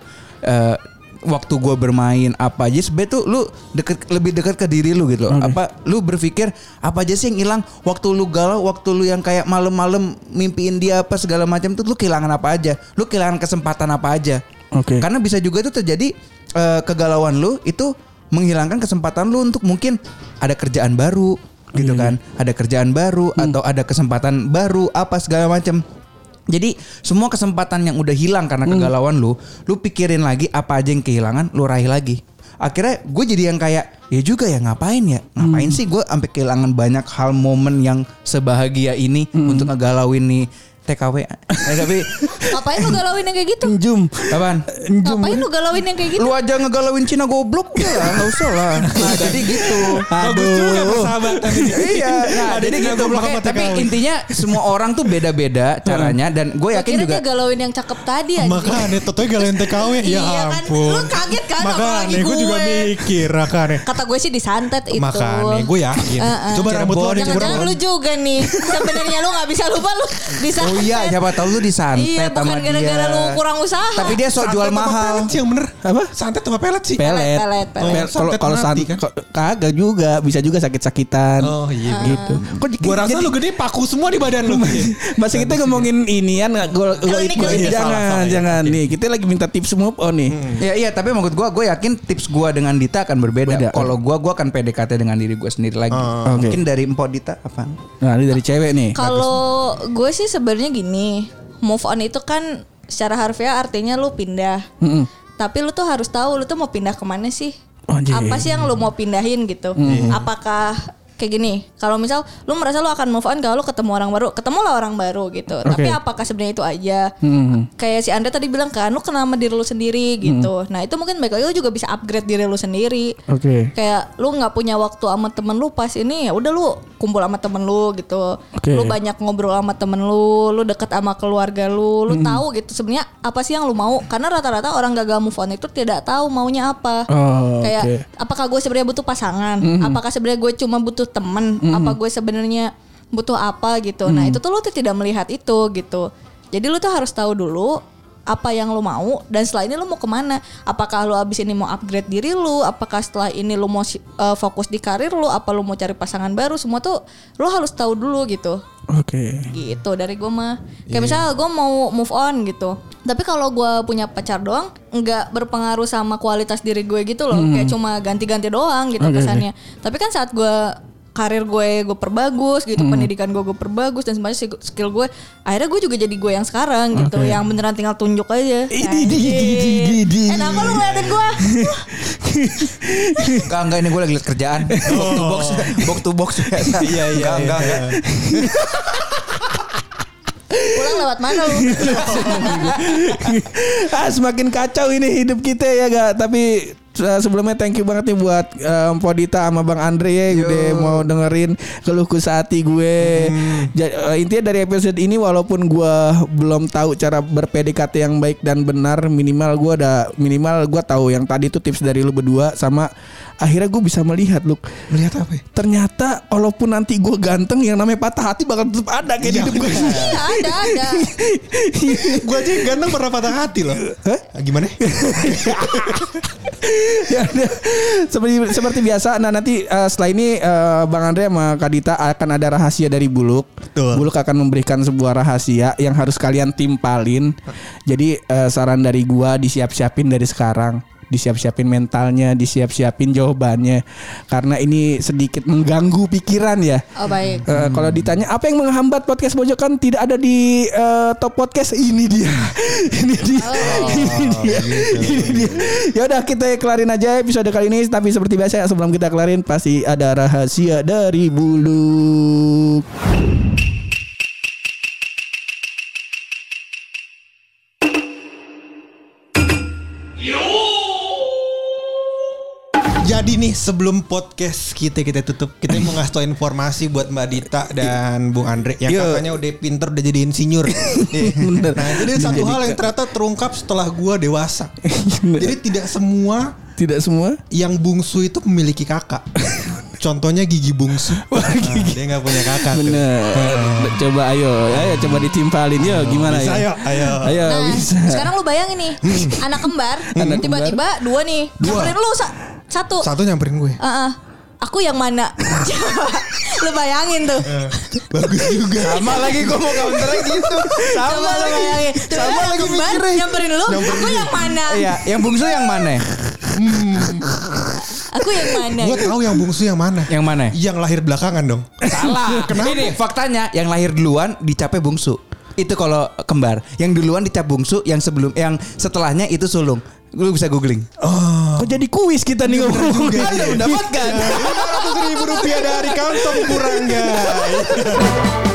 waktu gue bermain apa aja sebenarnya tuh lu lebih dekat ke diri lu gitu loh. Apa lu berpikir apa aja sih yang hilang waktu lu galau, waktu lu yang kayak malam-malam mimpiin dia apa segala macam tuh lu kehilangan apa aja, lu kehilangan kesempatan apa aja. Karena bisa juga itu terjadi kegalauan lu itu menghilangkan kesempatan lu untuk mungkin ada kerjaan baru gitu kan, ada kerjaan baru atau ada kesempatan baru apa segala macam. Jadi semua kesempatan yang udah hilang karena kegalauan lu pikirin lagi apa aja yang kehilangan, lu raih lagi. Akhirnya gue jadi yang kayak ya juga ya ngapain sih gue sampai kehilangan banyak hal momen yang sebahagia ini untuk ngegalauin nih TKW. Tapi ngapain lu galauin yang kayak gitu? Njum. Apaan? Ngapain lu galauin yang kayak gitu? Lu aja ngegalauin Cina goblok ya, enggak usah lah. Nah, jadi gitu. Bagus juga persahabatan ini. Iya, nah jadi gitu. Tapi intinya semua orang tuh beda-beda caranya dan gue yakin juga dia galauin yang cakep tadi aja. Makanya Totoy galauin TKW. Ya ampun. Lu kaget kan? Makanya gue juga mikir makanya. Kata gue sih disantet itu. Makanya gue yakin. Coba rambut lu jangan lu juga nih. Sebenarnya lu gak bisa lupa lu bisa. Oh iya, siapa tahu lu disantet sama dia. Bukan gara-gara lu kurang usaha. Tapi dia sok jual mahal. Yang bener apa? Santet apa pelet sih? Pelet. Kalau santet kagak juga, bisa juga sakit-sakitan. Oh iya gitu. Gua rasa lu gede paku semua di badan lu. Masa kita ngomongin inian jangan nih. Kita lagi minta tips move on nih. Iya, tapi menurut gue yakin tips gue dengan Dita akan berbeda. Kalau gue akan PDKT dengan diri gue sendiri lagi. Mungkin dari Mpok Dita apa? Nah, ini dari cewek nih. Kalau gue sih sebenarnya gini, move on itu kan secara harfiah artinya lu pindah. Tapi lu tuh harus tahu lu tuh mau pindah kemana sih? Apa sih yang lu mau pindahin gitu? Apakah kayak gini. Kalau misal lu merasa lu akan move on kalau lu ketemu orang baru, ketemulah orang baru gitu. Tapi apakah sebenarnya itu aja? Kayak si Andre tadi bilang kan, lu kenal sama diri lu sendiri gitu. Nah itu mungkin baik lagi lu juga bisa upgrade diri lu sendiri. Kayak lu nggak punya waktu sama temen lu pas ini, ya udah lu kumpul sama temen lu gitu. Lu banyak ngobrol sama temen lu deket sama keluarga lu tahu gitu sebenarnya apa sih yang lu mau. Karena rata-rata orang gagal move on itu tidak tahu maunya apa. Kayak apakah gue sebenarnya butuh pasangan? Apakah sebenarnya gue cuma butuh temen? Apa gue sebenarnya butuh apa gitu? Nah itu tuh lu tuh tidak melihat itu gitu. Jadi lu tuh harus tahu dulu apa yang lu mau dan setelah ini lu mau kemana. Apakah lu abis ini mau upgrade diri lu, apakah setelah ini lu mau fokus di karir lu, apa lu mau cari pasangan baru. Semua tuh lu harus tahu dulu gitu. Gitu dari gue mah. Kayak misalnya gue mau move on gitu, tapi kalau gue punya pacar doang nggak berpengaruh sama kualitas diri gue gitu loh. Kayak cuma ganti-ganti doang gitu kesannya. Tapi kan saat gue karir gue perbagus gitu, pendidikan gue perbagus dan semuanya skill gue, akhirnya gue juga jadi gue yang sekarang gitu, yang beneran tinggal tunjuk aja. Kenapa lu ngeliatin gue? Enggak, ini gue lagi liat kerjaan. Box to box. Iya. Enggak. Pulang lewat mana lu? Semakin kacau ini hidup kita ya gak? Tapi sebelumnya thank you banget nih buat Podita sama Bang Andre ya, udah mau dengerin keluh kesah hati gue. Intinya dari episode ini walaupun gue belum tahu cara ber-PDKT yang baik dan benar, minimal gue tahu yang tadi itu tips dari lu berdua, sama akhirnya gue bisa melihat Melihat apa? Ternyata walaupun nanti gue ganteng, yang namanya patah hati bakal tetap ada kayak di hidup gue. Iya ada. Gue aja ganteng pernah patah hati loh. Gimana? Ya, seperti biasa. Nah nanti setelah ini Bang Andre sama Kak Dita akan ada rahasia dari Buluk. Buluk akan memberikan sebuah rahasia yang harus kalian timpalin. Jadi saran dari gua disiap-siapin dari sekarang. Disiap-siapin mentalnya, disiap-siapin jawabannya, karena ini sedikit mengganggu pikiran ya. Oh baik. Kalau ditanya apa yang menghambat podcast Pojokan tidak ada di top podcast, ini dia. Ini dia. Ya udah kita kelarin aja episode kali ini, tapi seperti biasa sebelum kita kelarin pasti ada rahasia dari Buluk. Jadi nih sebelum podcast kita tutup, kita mau ngasih tau informasi buat Mbak Dita dan Bung Andre yang katanya udah pinter, udah jadi insinyur. Nah jadi satu hal yang ternyata terungkap setelah gua dewasa. Jadi tidak semua yang bungsu itu memiliki kakak. Contohnya Gigi bungsu. Dia gak punya kakak. Bener. Coba ayo coba ditimpalin yo, gimana bisa, ya? Ayo Nah, bisa. sekarang lu bayangin nih, anak kembar, tiba-tiba dua nih, nyamperin lu satu nyamperin gue. Aku yang mana? Lu bayangin tuh. Bagus juga. Sama lagi gue mau counternya gitu. Sama lu bayangin. Sama lagi mikirnya. Nyamperin lu, aku yang mana? Iya, yang bungsu yang mana? Aku yang mana? Gue tahu yang bungsu yang mana. Yang mana? Yang lahir belakangan dong. Salah. Kenapa? Ini faktanya yang lahir duluan dicapnya bungsu. Itu kalau kembar. Yang duluan dicap bungsu, yang setelahnya itu sulung. Lu bisa googling. Kok jadi kuis kita nih ngomong. Anda mendapatkan $100.000 dari kantong kurang guys.